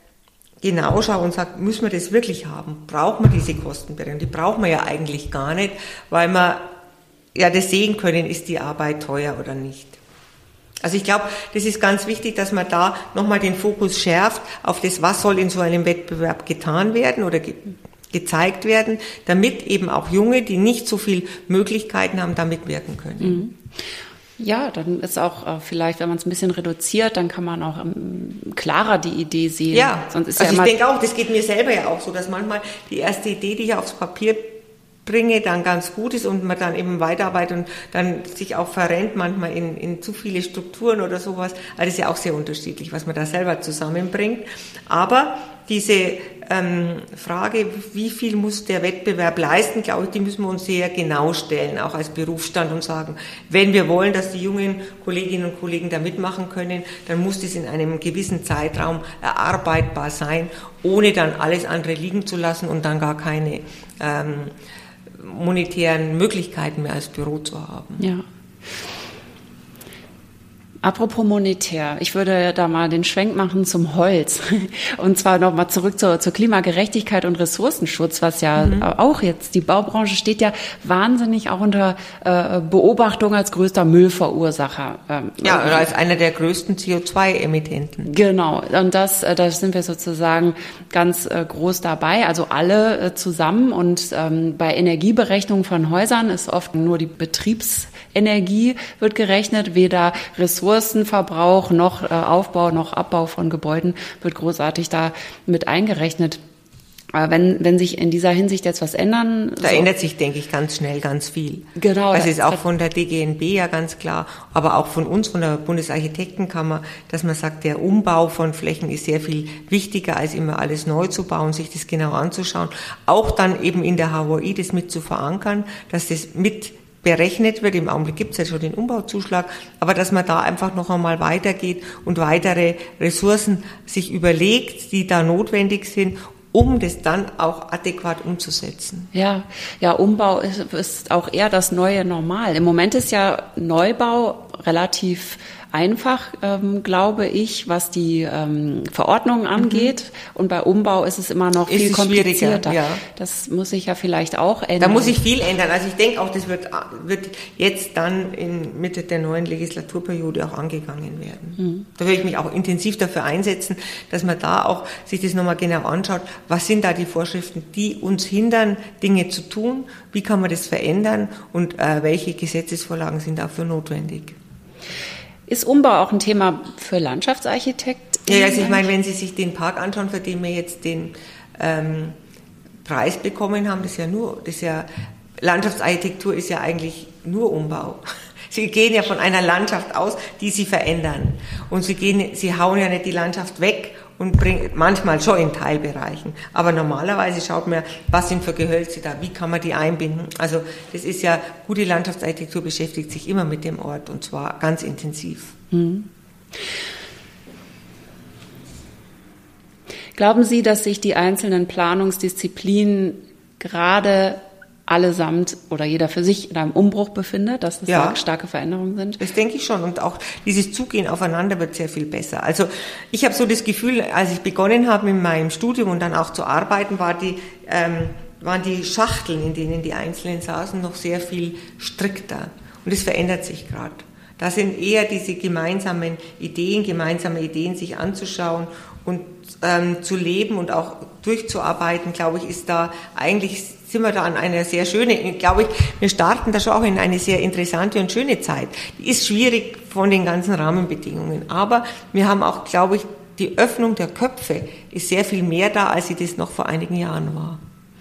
genau schaue und sage, müssen wir das wirklich haben? Braucht man diese Kostenberechnung? Die braucht man ja eigentlich gar nicht, weil man ja das sehen können, ist die Arbeit teuer oder nicht. Also ich glaube, das ist ganz wichtig, dass man da nochmal den Fokus schärft auf das, was soll in so einem Wettbewerb getan werden oder ge- gezeigt werden, damit eben auch Junge, die nicht so viel Möglichkeiten haben, da mitwirken können. Mhm. Ja, dann ist auch äh, vielleicht, wenn man es ein bisschen reduziert, dann kann man auch ähm, klarer die Idee sehen. Ja, Sonst ist also ja ich immer denke auch, das geht mir selber ja auch so, dass manchmal die erste Idee, die ich aufs Papier bringe, dann ganz gut ist und man dann eben weiterarbeitet und dann sich auch verrennt manchmal in, in zu viele Strukturen oder sowas. Also das ist ja auch sehr unterschiedlich, was man da selber zusammenbringt. Aber diese ähm, Frage, wie viel muss der Wettbewerb leisten, glaube ich, die müssen wir uns sehr genau stellen, auch als Berufsstand und sagen, wenn wir wollen, dass die jungen Kolleginnen und Kollegen da mitmachen können, dann muss das in einem gewissen Zeitraum erarbeitbar sein, ohne dann alles andere liegen zu lassen und dann gar keine ähm, monetären Möglichkeiten mehr als Büro zu haben. Ja. Apropos monetär, ich würde da mal den Schwenk machen zum Holz und zwar nochmal zurück zur, zur Klimagerechtigkeit und Ressourcenschutz, was ja mhm. auch jetzt, die Baubranche steht ja wahnsinnig auch unter äh, Beobachtung als größter Müllverursacher. Ähm, ja, oder als einer der größten C O zwei Emittenten. Genau, und das, da sind wir sozusagen ganz äh, groß dabei, also alle äh, zusammen und ähm, bei Energieberechnung von Häusern ist oft nur die Betriebsenergie wird gerechnet, weder Ressourcen Ressourcenverbrauch noch äh, Aufbau noch Abbau von Gebäuden wird großartig da mit eingerechnet. Aber wenn, wenn sich in dieser Hinsicht jetzt was ändern... Da so ändert sich, denke ich, ganz schnell ganz viel. Genau. Das ist auch von der D G N B ja ganz klar, aber auch von uns, von der Bundesarchitektenkammer, dass man sagt, der Umbau von Flächen ist sehr viel wichtiger, als immer alles neu zu bauen, sich das genau anzuschauen. Auch dann eben in der H V I das mit zu verankern, dass das mit berechnet wird. Im Augenblick gibt es ja schon den Umbauzuschlag, aber dass man da einfach noch einmal weitergeht und weitere Ressourcen sich überlegt, die da notwendig sind, um das dann auch adäquat umzusetzen. Ja, ja, Umbau ist, ist auch eher das neue Normal. Im Moment ist ja Neubau relativ einfach, ähm, glaube ich, was die ähm, Verordnungen angeht. Mhm. Und bei Umbau ist es immer noch ist viel komplizierter. Ja. Das muss sich ja vielleicht auch ändern. Da muss sich viel ändern. Also ich denke auch, das wird, wird jetzt dann in Mitte der neuen Legislaturperiode auch angegangen werden. Mhm. Da würde ich mich auch intensiv dafür einsetzen, dass man da auch sich das nochmal genau anschaut. Was sind da die Vorschriften, die uns hindern, Dinge zu tun? Wie kann man das verändern? Und äh, welche Gesetzesvorlagen sind dafür notwendig? Ist Umbau auch ein Thema für Landschaftsarchitekten? Ja, also ich meine, wenn Sie sich den Park anschauen, für den wir jetzt den ähm, Preis bekommen haben, das ist ja nur, das ist ja, Landschaftsarchitektur ist ja eigentlich nur Umbau. Sie gehen ja von einer Landschaft aus, die Sie verändern. Und Sie gehen, Sie hauen ja nicht die Landschaft weg und bringen, manchmal schon in Teilbereichen. Aber normalerweise schaut man, was sind für Gehölze da, wie kann man die einbinden. Also das ist ja, gute Landschaftsarchitektur beschäftigt sich immer mit dem Ort und zwar ganz intensiv. Hm. Glauben Sie, dass sich die einzelnen Planungsdisziplinen gerade allesamt oder jeder für sich in einem Umbruch befindet, dass das ja, starke Veränderungen sind? Das denke ich schon. Und auch dieses Zugehen aufeinander wird sehr viel besser. Also ich habe so das Gefühl, als ich begonnen habe mit meinem Studium und dann auch zu arbeiten, war die, ähm, waren die Schachteln, in denen die Einzelnen saßen, noch sehr viel strikter. Und es verändert sich gerade. Da sind eher diese gemeinsamen Ideen, gemeinsame Ideen sich anzuschauen und ähm, zu leben und auch durchzuarbeiten, glaube ich, ist da eigentlich, sind wir da an einer sehr schönen, glaube ich, wir starten da schon auch in eine sehr interessante und schöne Zeit. Die ist schwierig von den ganzen Rahmenbedingungen, aber wir haben auch, glaube ich, die Öffnung der Köpfe ist sehr viel mehr da, als sie das noch vor einigen Jahren war.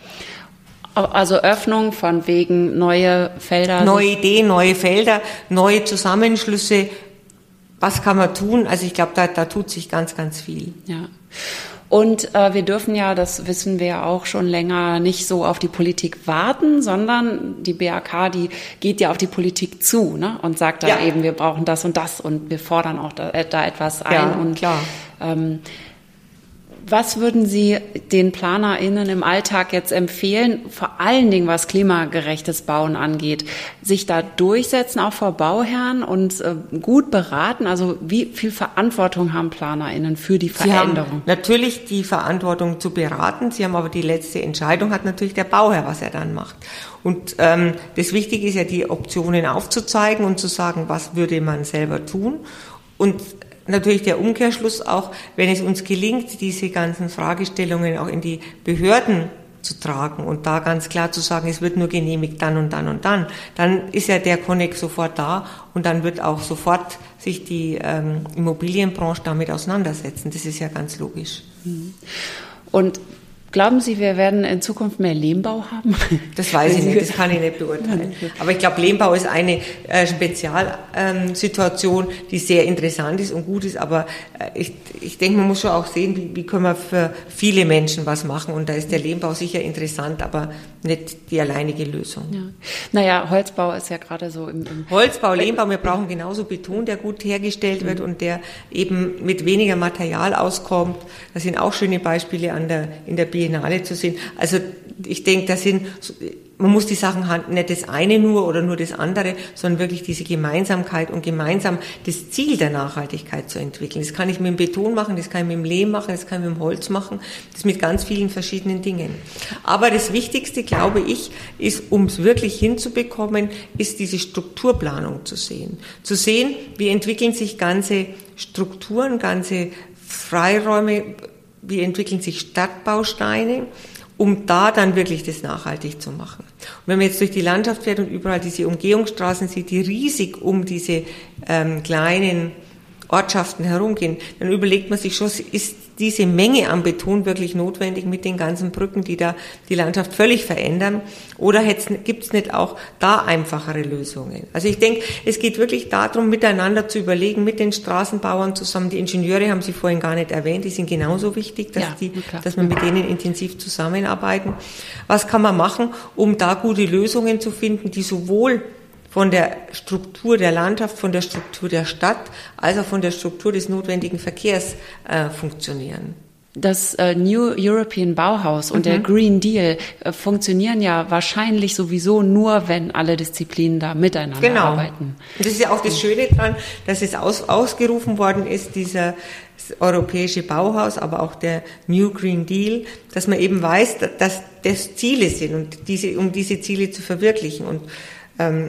Also Öffnung von wegen neue Felder. Neue Ideen, neue Felder, neue Zusammenschlüsse. Was kann man tun? Also ich glaube, da, da tut sich ganz, ganz viel. Ja. Und äh, wir dürfen ja, das wissen wir ja auch schon länger, nicht so auf die Politik warten, sondern die B A K, die geht ja auf die Politik zu, ne? Und sagt dann ja eben, wir brauchen das und das und wir fordern auch da, äh, da etwas ein. Ja, und klar. Ähm, Was würden Sie den PlanerInnen im Alltag jetzt empfehlen, vor allen Dingen was klimagerechtes Bauen angeht, sich da durchsetzen, auch vor Bauherren und äh, gut beraten? Also wie viel Verantwortung haben PlanerInnen für die Veränderung? Sie haben natürlich die Verantwortung zu beraten, Sie haben aber die letzte Entscheidung, hat natürlich der Bauherr, was er dann macht. Und ähm, das Wichtige ist ja, die Optionen aufzuzeigen und zu sagen, was würde man selber tun. Und natürlich der Umkehrschluss auch, wenn es uns gelingt, diese ganzen Fragestellungen auch in die Behörden zu tragen und da ganz klar zu sagen, es wird nur genehmigt dann und dann und dann, dann ist ja der Konnex sofort da und dann wird auch sofort sich die ähm, Immobilienbranche damit auseinandersetzen. Das ist ja ganz logisch. Und glauben Sie, wir werden in Zukunft mehr Lehmbau haben? Das weiß ich nicht, das kann ich nicht beurteilen. Aber ich glaube, Lehmbau ist eine äh, Spezialsituation, ähm, die sehr interessant ist und gut ist. Aber äh, ich, ich denke, man muss schon auch sehen, wie, wie können wir für viele Menschen was machen. Und da ist der Lehmbau sicher interessant, aber nicht die alleinige Lösung. Ja. Naja, Holzbau ist ja gerade so im... im Holzbau, Lehmbau, wir brauchen genauso Beton, der gut hergestellt mhm. wird und der eben mit weniger Material auskommt. Das sind auch schöne Beispiele an der, in der Biennale zu sehen. Also ich denke, das sind, man muss die Sachen nicht das eine nur oder nur das andere, sondern wirklich diese Gemeinsamkeit und gemeinsam das Ziel der Nachhaltigkeit zu entwickeln. Das kann ich mit dem Beton machen, das kann ich mit dem Lehm machen, das kann ich mit dem Holz machen, das mit ganz vielen verschiedenen Dingen. Aber das Wichtigste, glaube ich, ist, um es wirklich hinzubekommen, ist diese Strukturplanung zu sehen. Zu sehen, wie entwickeln sich ganze Strukturen, ganze Freiräume, wie entwickeln sich Stadtbausteine, um da dann wirklich das nachhaltig zu machen. Und wenn man jetzt durch die Landschaft fährt und überall diese Umgehungsstraßen sieht, die riesig um diese ähm, kleinen Ortschaften herumgehen, dann überlegt man sich schon, ist diese Menge an Beton wirklich notwendig mit den ganzen Brücken, die da die Landschaft völlig verändern? Oder gibt es nicht auch da einfachere Lösungen? Also ich denke, es geht wirklich darum, miteinander zu überlegen, mit den Straßenbauern zusammen. Die Ingenieure haben Sie vorhin gar nicht erwähnt, die sind genauso wichtig, dass, ja, die, dass man mit denen intensiv zusammenarbeiten. Was kann man machen, um da gute Lösungen zu finden, die sowohl von der Struktur der Landschaft, von der Struktur der Stadt, als auch von der Struktur des notwendigen Verkehrs äh, funktionieren. Das äh, New European Bauhaus und mhm. der Green Deal äh, funktionieren ja wahrscheinlich sowieso nur, wenn alle Disziplinen da miteinander genau. arbeiten. Und das ist ja auch das Schöne dran, dass es aus, ausgerufen worden ist, dieser europäische Bauhaus, aber auch der New Green Deal, dass man eben weiß, dass das Ziele sind und diese, um diese Ziele zu verwirklichen. Und ähm,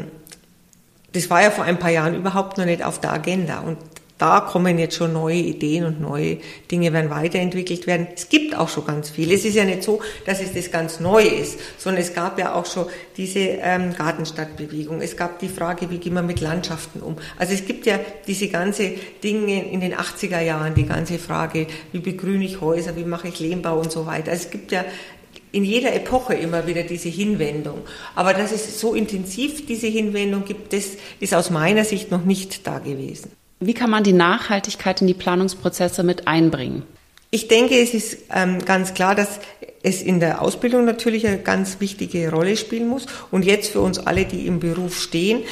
das war ja vor ein paar Jahren überhaupt noch nicht auf der Agenda und da kommen jetzt schon neue Ideen und neue Dinge werden weiterentwickelt werden. Es gibt auch schon ganz viel. Es ist ja nicht so, dass es das ganz Neue ist, sondern es gab ja auch schon diese ähm, Gartenstadtbewegung. Es gab die Frage, wie gehen wir mit Landschaften um? Also es gibt ja diese ganze Dinge in den achtziger Jahren, die ganze Frage, wie begrüne ich Häuser, wie mache ich Lehmbau und so weiter. Also es gibt ja in jeder Epoche immer wieder diese Hinwendung. Aber dass es so intensiv diese Hinwendung gibt, das ist aus meiner Sicht noch nicht da gewesen. Wie kann man die Nachhaltigkeit in die Planungsprozesse mit einbringen? Ich denke, es ist ähm, ganz klar, dass es in der Ausbildung natürlich eine ganz wichtige Rolle spielen muss. Und jetzt für uns alle, die im Beruf stehen,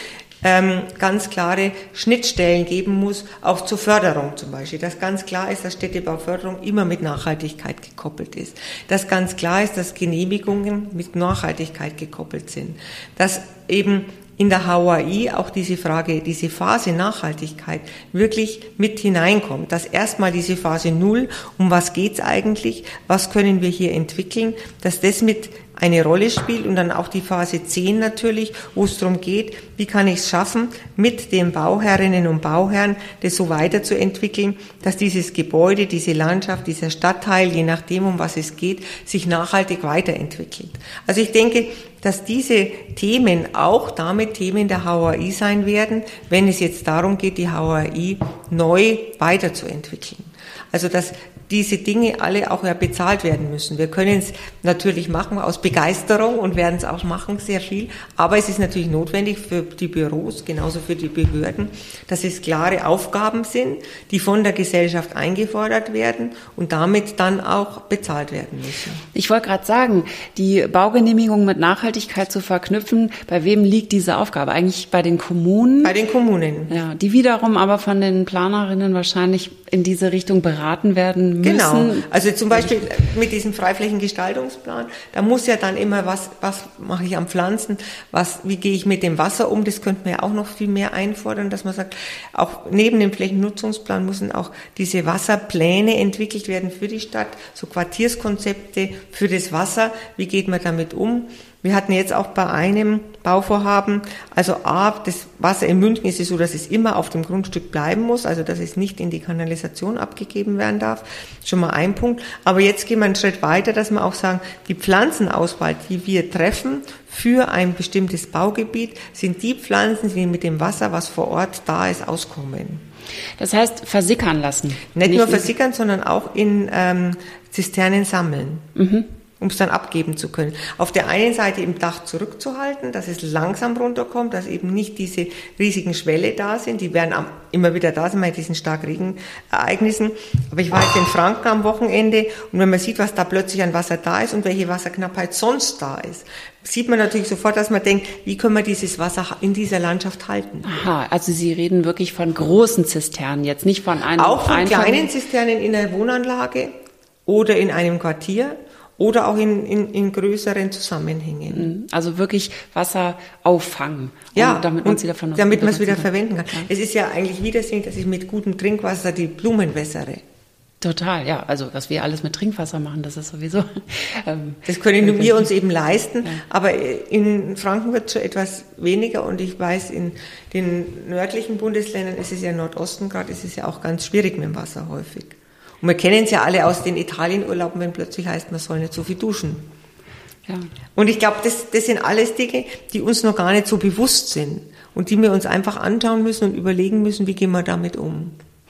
ähm, ganz klare Schnittstellen geben muss, auch zur Förderung zum Beispiel. Dass ganz klar ist, dass Städtebauförderung immer mit Nachhaltigkeit gekoppelt ist. Dass ganz klar ist, dass Genehmigungen mit Nachhaltigkeit gekoppelt sind. Dass eben in der H O A I auch diese Frage, diese Phase Nachhaltigkeit wirklich mit hineinkommt. Dass erstmal diese Phase Null, um was geht's eigentlich, was können wir hier entwickeln, dass das mit eine Rolle spielt und dann auch die Phase zehn natürlich, wo es darum geht, wie kann ich es schaffen, mit den Bauherrinnen und Bauherren das so weiterzuentwickeln, dass dieses Gebäude, diese Landschaft, dieser Stadtteil, je nachdem, um was es geht, sich nachhaltig weiterentwickelt. Also ich denke, dass diese Themen auch damit Themen der H O A I sein werden, wenn es jetzt darum geht, die H O A I neu weiterzuentwickeln. Also dass diese Dinge alle auch ja bezahlt werden müssen. Wir können es natürlich machen aus Begeisterung und werden es auch machen, sehr viel. Aber es ist natürlich notwendig für die Büros, genauso für die Behörden, dass es klare Aufgaben sind, die von der Gesellschaft eingefordert werden und damit dann auch bezahlt werden müssen. Ich wollte gerade sagen, die Baugenehmigung mit Nachhaltigkeit zu verknüpfen, bei wem liegt diese Aufgabe? Eigentlich bei den Kommunen? Bei den Kommunen. Ja, die wiederum aber von den Planerinnen wahrscheinlich in diese Richtung beraten werden müssen. Genau, also zum Beispiel mit diesem Freiflächengestaltungsplan, da muss ja dann immer was, was mache ich am Pflanzen, was, wie gehe ich mit dem Wasser um, das könnte man ja auch noch viel mehr einfordern, dass man sagt, auch neben dem Flächennutzungsplan müssen auch diese Wasserpläne entwickelt werden für die Stadt, so Quartierskonzepte für das Wasser, wie geht man damit um? Wir hatten jetzt auch bei einem Bauvorhaben, also A, das Wasser in München ist es so, dass es immer auf dem Grundstück bleiben muss, also dass es nicht in die Kanalisation abgegeben werden darf. Schon mal ein Punkt. Aber jetzt gehen wir einen Schritt weiter, dass wir auch sagen, die Pflanzenauswahl, die wir treffen für ein bestimmtes Baugebiet, sind die Pflanzen, die mit dem Wasser, was vor Ort da ist, auskommen. Das heißt, versickern lassen. Nicht, nicht nur versickern, sondern auch in ähm, Zisternen sammeln. Mhm. Um es dann abgeben zu können. Auf der einen Seite im Dach zurückzuhalten, dass es langsam runterkommt, dass eben nicht diese riesigen Schwälle da sind, die werden immer wieder da sein bei diesen Starkregenereignissen. Aber ich war jetzt in Franken am Wochenende und wenn man sieht, was da plötzlich an Wasser da ist und welche Wasserknappheit sonst da ist, sieht man natürlich sofort, dass man denkt, wie können wir dieses Wasser in dieser Landschaft halten. Aha, also Sie reden wirklich von großen Zisternen, jetzt nicht von einem... Auch von kleinen Zisternen in einer Wohnanlage oder in einem Quartier. Oder auch in, in, in größeren Zusammenhängen. Also wirklich Wasser auffangen, ja, damit man es wieder, von damit man es wieder verwenden kann. Ja. Es ist ja eigentlich widersinnig, dass ich mit gutem Trinkwasser die Blumen wässere. Total, ja. Also was wir alles mit Trinkwasser machen, das ist sowieso... Ähm, das können wir uns eben leisten, ja. Aber in Franken wird es schon etwas weniger und ich weiß, in den nördlichen Bundesländern ist es ja im Nordosten gerade, ist es ja auch ganz schwierig mit dem Wasser häufig. Und wir kennen es ja alle aus den Italienurlauben, wenn plötzlich heißt, man soll nicht so viel duschen. Ja. Und ich glaube, das, das sind alles Dinge, die uns noch gar nicht so bewusst sind und die wir uns einfach anschauen müssen und überlegen müssen, wie gehen wir damit um.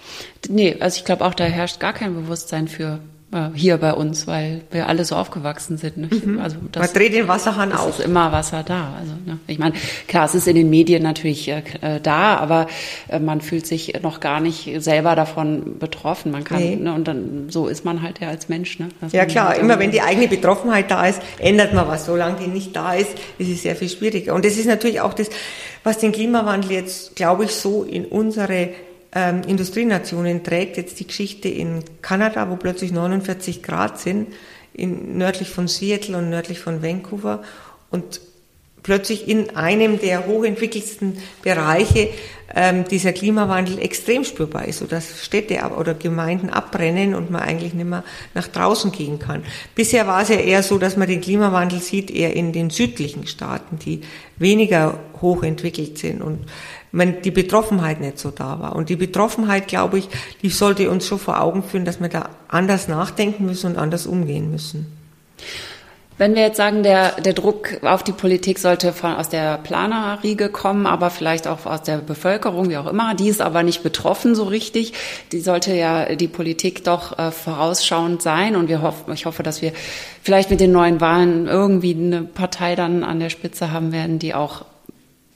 Nee, also ich glaube auch, da herrscht gar kein Bewusstsein für äh, hier bei uns, weil wir alle so aufgewachsen sind. Ne? Mhm. Also das, man dreht den Wasserhahn es auf. Es ist immer Wasser da. Also, ne? Ich meine, klar, es ist in den Medien natürlich äh, da, aber äh, man fühlt sich noch gar nicht selber davon betroffen. Man kann, nee. ne? Und dann so ist man halt ja als Mensch. Ne? Ja klar, halt immer wenn die eigene Betroffenheit da ist, ändert man was. Solange die nicht da ist, ist es sehr viel schwieriger. Und das ist natürlich auch das, was den Klimawandel jetzt, glaube ich, so in unsere Ähm, Industrienationen trägt, jetzt die Geschichte in Kanada, wo plötzlich neunundvierzig Grad sind, in, nördlich von Seattle und nördlich von Vancouver und plötzlich in einem der hochentwickelsten Bereiche ähm, dieser Klimawandel extrem spürbar ist, sodass Städte oder Gemeinden abbrennen und man eigentlich nicht mehr nach draußen gehen kann. Bisher war es ja eher so, dass man den Klimawandel sieht, eher in den südlichen Staaten, die weniger hochentwickelt sind und wenn die Betroffenheit nicht so da war. Und die Betroffenheit, glaube ich, die sollte uns schon vor Augen führen, dass wir da anders nachdenken müssen und anders umgehen müssen. Wenn wir jetzt sagen, der, der Druck auf die Politik sollte von, aus der Planerriege kommen, aber vielleicht auch aus der Bevölkerung, wie auch immer, die ist aber nicht betroffen so richtig. Die sollte ja die Politik doch äh, vorausschauend sein und wir hoffen, ich hoffe, dass wir vielleicht mit den neuen Wahlen irgendwie eine Partei dann an der Spitze haben werden, die auch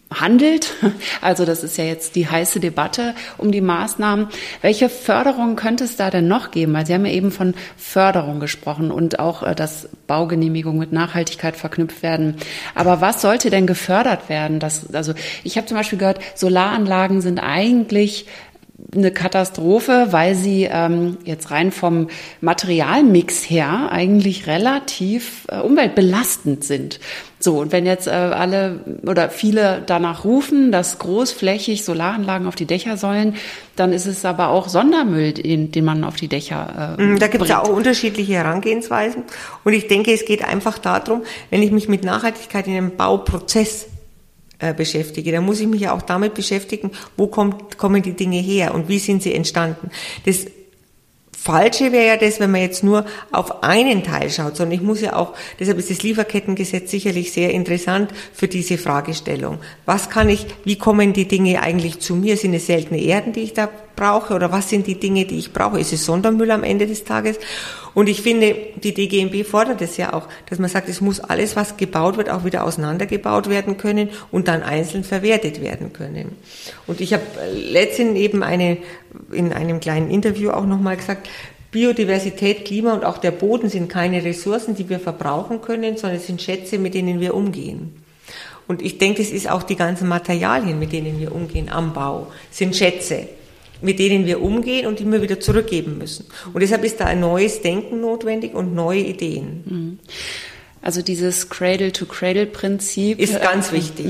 handelt. Also das ist ja jetzt die heiße Debatte um die Maßnahmen. Welche Förderung könnte es da denn noch geben? Weil Sie haben ja eben von Förderung gesprochen und auch, dass Baugenehmigungen mit Nachhaltigkeit verknüpft werden. Aber was sollte denn gefördert werden? Das, also ich habe zum Beispiel gehört, Solaranlagen sind eigentlich eine Katastrophe, weil sie ähm, jetzt rein vom Materialmix her eigentlich relativ äh, umweltbelastend sind. So, und wenn jetzt äh, alle oder viele danach rufen, dass großflächig Solaranlagen auf die Dächer sollen, dann ist es aber auch Sondermüll, den, den man auf die Dächer äh, Da gibt es ja auch unterschiedliche Herangehensweisen. Und ich denke, es geht einfach darum, wenn ich mich mit Nachhaltigkeit in einem Bauprozess beschäftige, dann muss ich mich ja auch damit beschäftigen, wo kommt, kommen die Dinge her und wie sind sie entstanden. Das Falsche wäre ja das, wenn man jetzt nur auf einen Teil schaut, sondern ich muss ja auch, deshalb ist das Lieferkettengesetz sicherlich sehr interessant für diese Fragestellung. Was kann ich, wie kommen die Dinge eigentlich zu mir? Sind es seltene Erden, die ich da brauche, oder was sind die Dinge, die ich brauche? Ist es Sondermüll am Ende des Tages? Und ich finde, die D G N B fordert es ja auch, dass man sagt, es muss alles, was gebaut wird, auch wieder auseinandergebaut werden können und dann einzeln verwertet werden können. Und ich habe letztens eben eine, in einem kleinen Interview auch nochmal gesagt, Biodiversität, Klima und auch der Boden sind keine Ressourcen, die wir verbrauchen können, sondern es sind Schätze, mit denen wir umgehen. Und ich denke, es ist auch die ganzen Materialien, mit denen wir umgehen am Bau, sind Schätze, mit denen wir umgehen und die wir wieder zurückgeben müssen. Und deshalb ist da ein neues Denken notwendig und neue Ideen. Also dieses Cradle-to-Cradle-Prinzip ist ganz wichtig.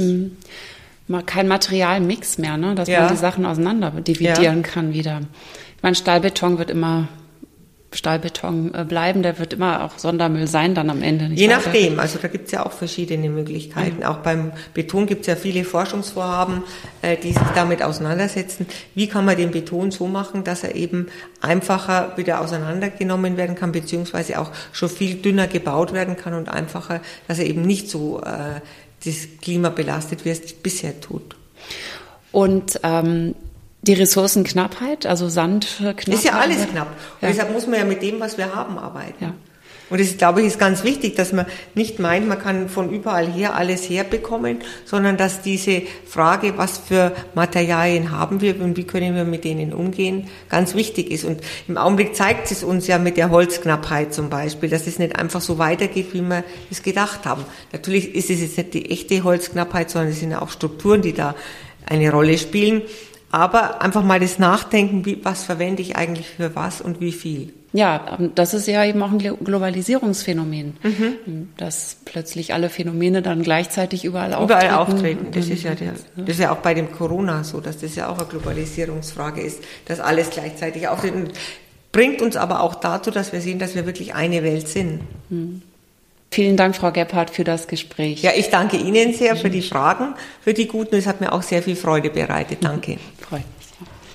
Äh, kein Materialmix mehr, ne? Dass ja. man die Sachen auseinander dividieren ja. kann wieder. Ich meine, Stahlbeton wird immer Stahlbeton bleiben, der wird immer auch Sondermüll sein dann am Ende. Nicht Je weiter. nachdem, also da gibt es ja auch verschiedene Möglichkeiten. Mhm. Auch beim Beton gibt es ja viele Forschungsvorhaben, äh, die sich damit auseinandersetzen. Wie kann man den Beton so machen, dass er eben einfacher wieder auseinandergenommen werden kann, beziehungsweise auch schon viel dünner gebaut werden kann und einfacher, dass er eben nicht so äh, das Klima belastet, wie es bisher tut. Und ähm, die Ressourcenknappheit, also Sandknappheit. Ist ja alles knapp. Und ja. deshalb muss man ja mit dem, was wir haben, arbeiten. Ja. Und das, glaube ich, ist ganz wichtig, dass man nicht meint, man kann von überall her alles herbekommen, sondern dass diese Frage, was für Materialien haben wir und wie können wir mit denen umgehen, ganz wichtig ist. Und im Augenblick zeigt es uns ja mit der Holzknappheit zum Beispiel, dass es nicht einfach so weitergeht, wie wir es gedacht haben. Natürlich ist es jetzt nicht die echte Holzknappheit, sondern es sind ja auch Strukturen, die da eine Rolle spielen. Aber einfach mal das Nachdenken, wie, was verwende ich eigentlich für was und wie viel. Ja, das ist ja eben auch ein Globalisierungsphänomen, mhm. dass plötzlich alle Phänomene dann gleichzeitig überall, überall auftreten. auftreten. Das ist ja der, das ist ja auch bei dem Corona so, dass das ja auch eine Globalisierungsfrage ist, dass alles gleichzeitig auftritt. Und bringt uns aber auch dazu, dass wir sehen, dass wir wirklich eine Welt sind. Mhm. Vielen Dank, Frau Gebhardt, für das Gespräch. Ja, ich danke Ihnen sehr für die Fragen, für die guten. Es hat mir auch sehr viel Freude bereitet. Danke. Freut mich.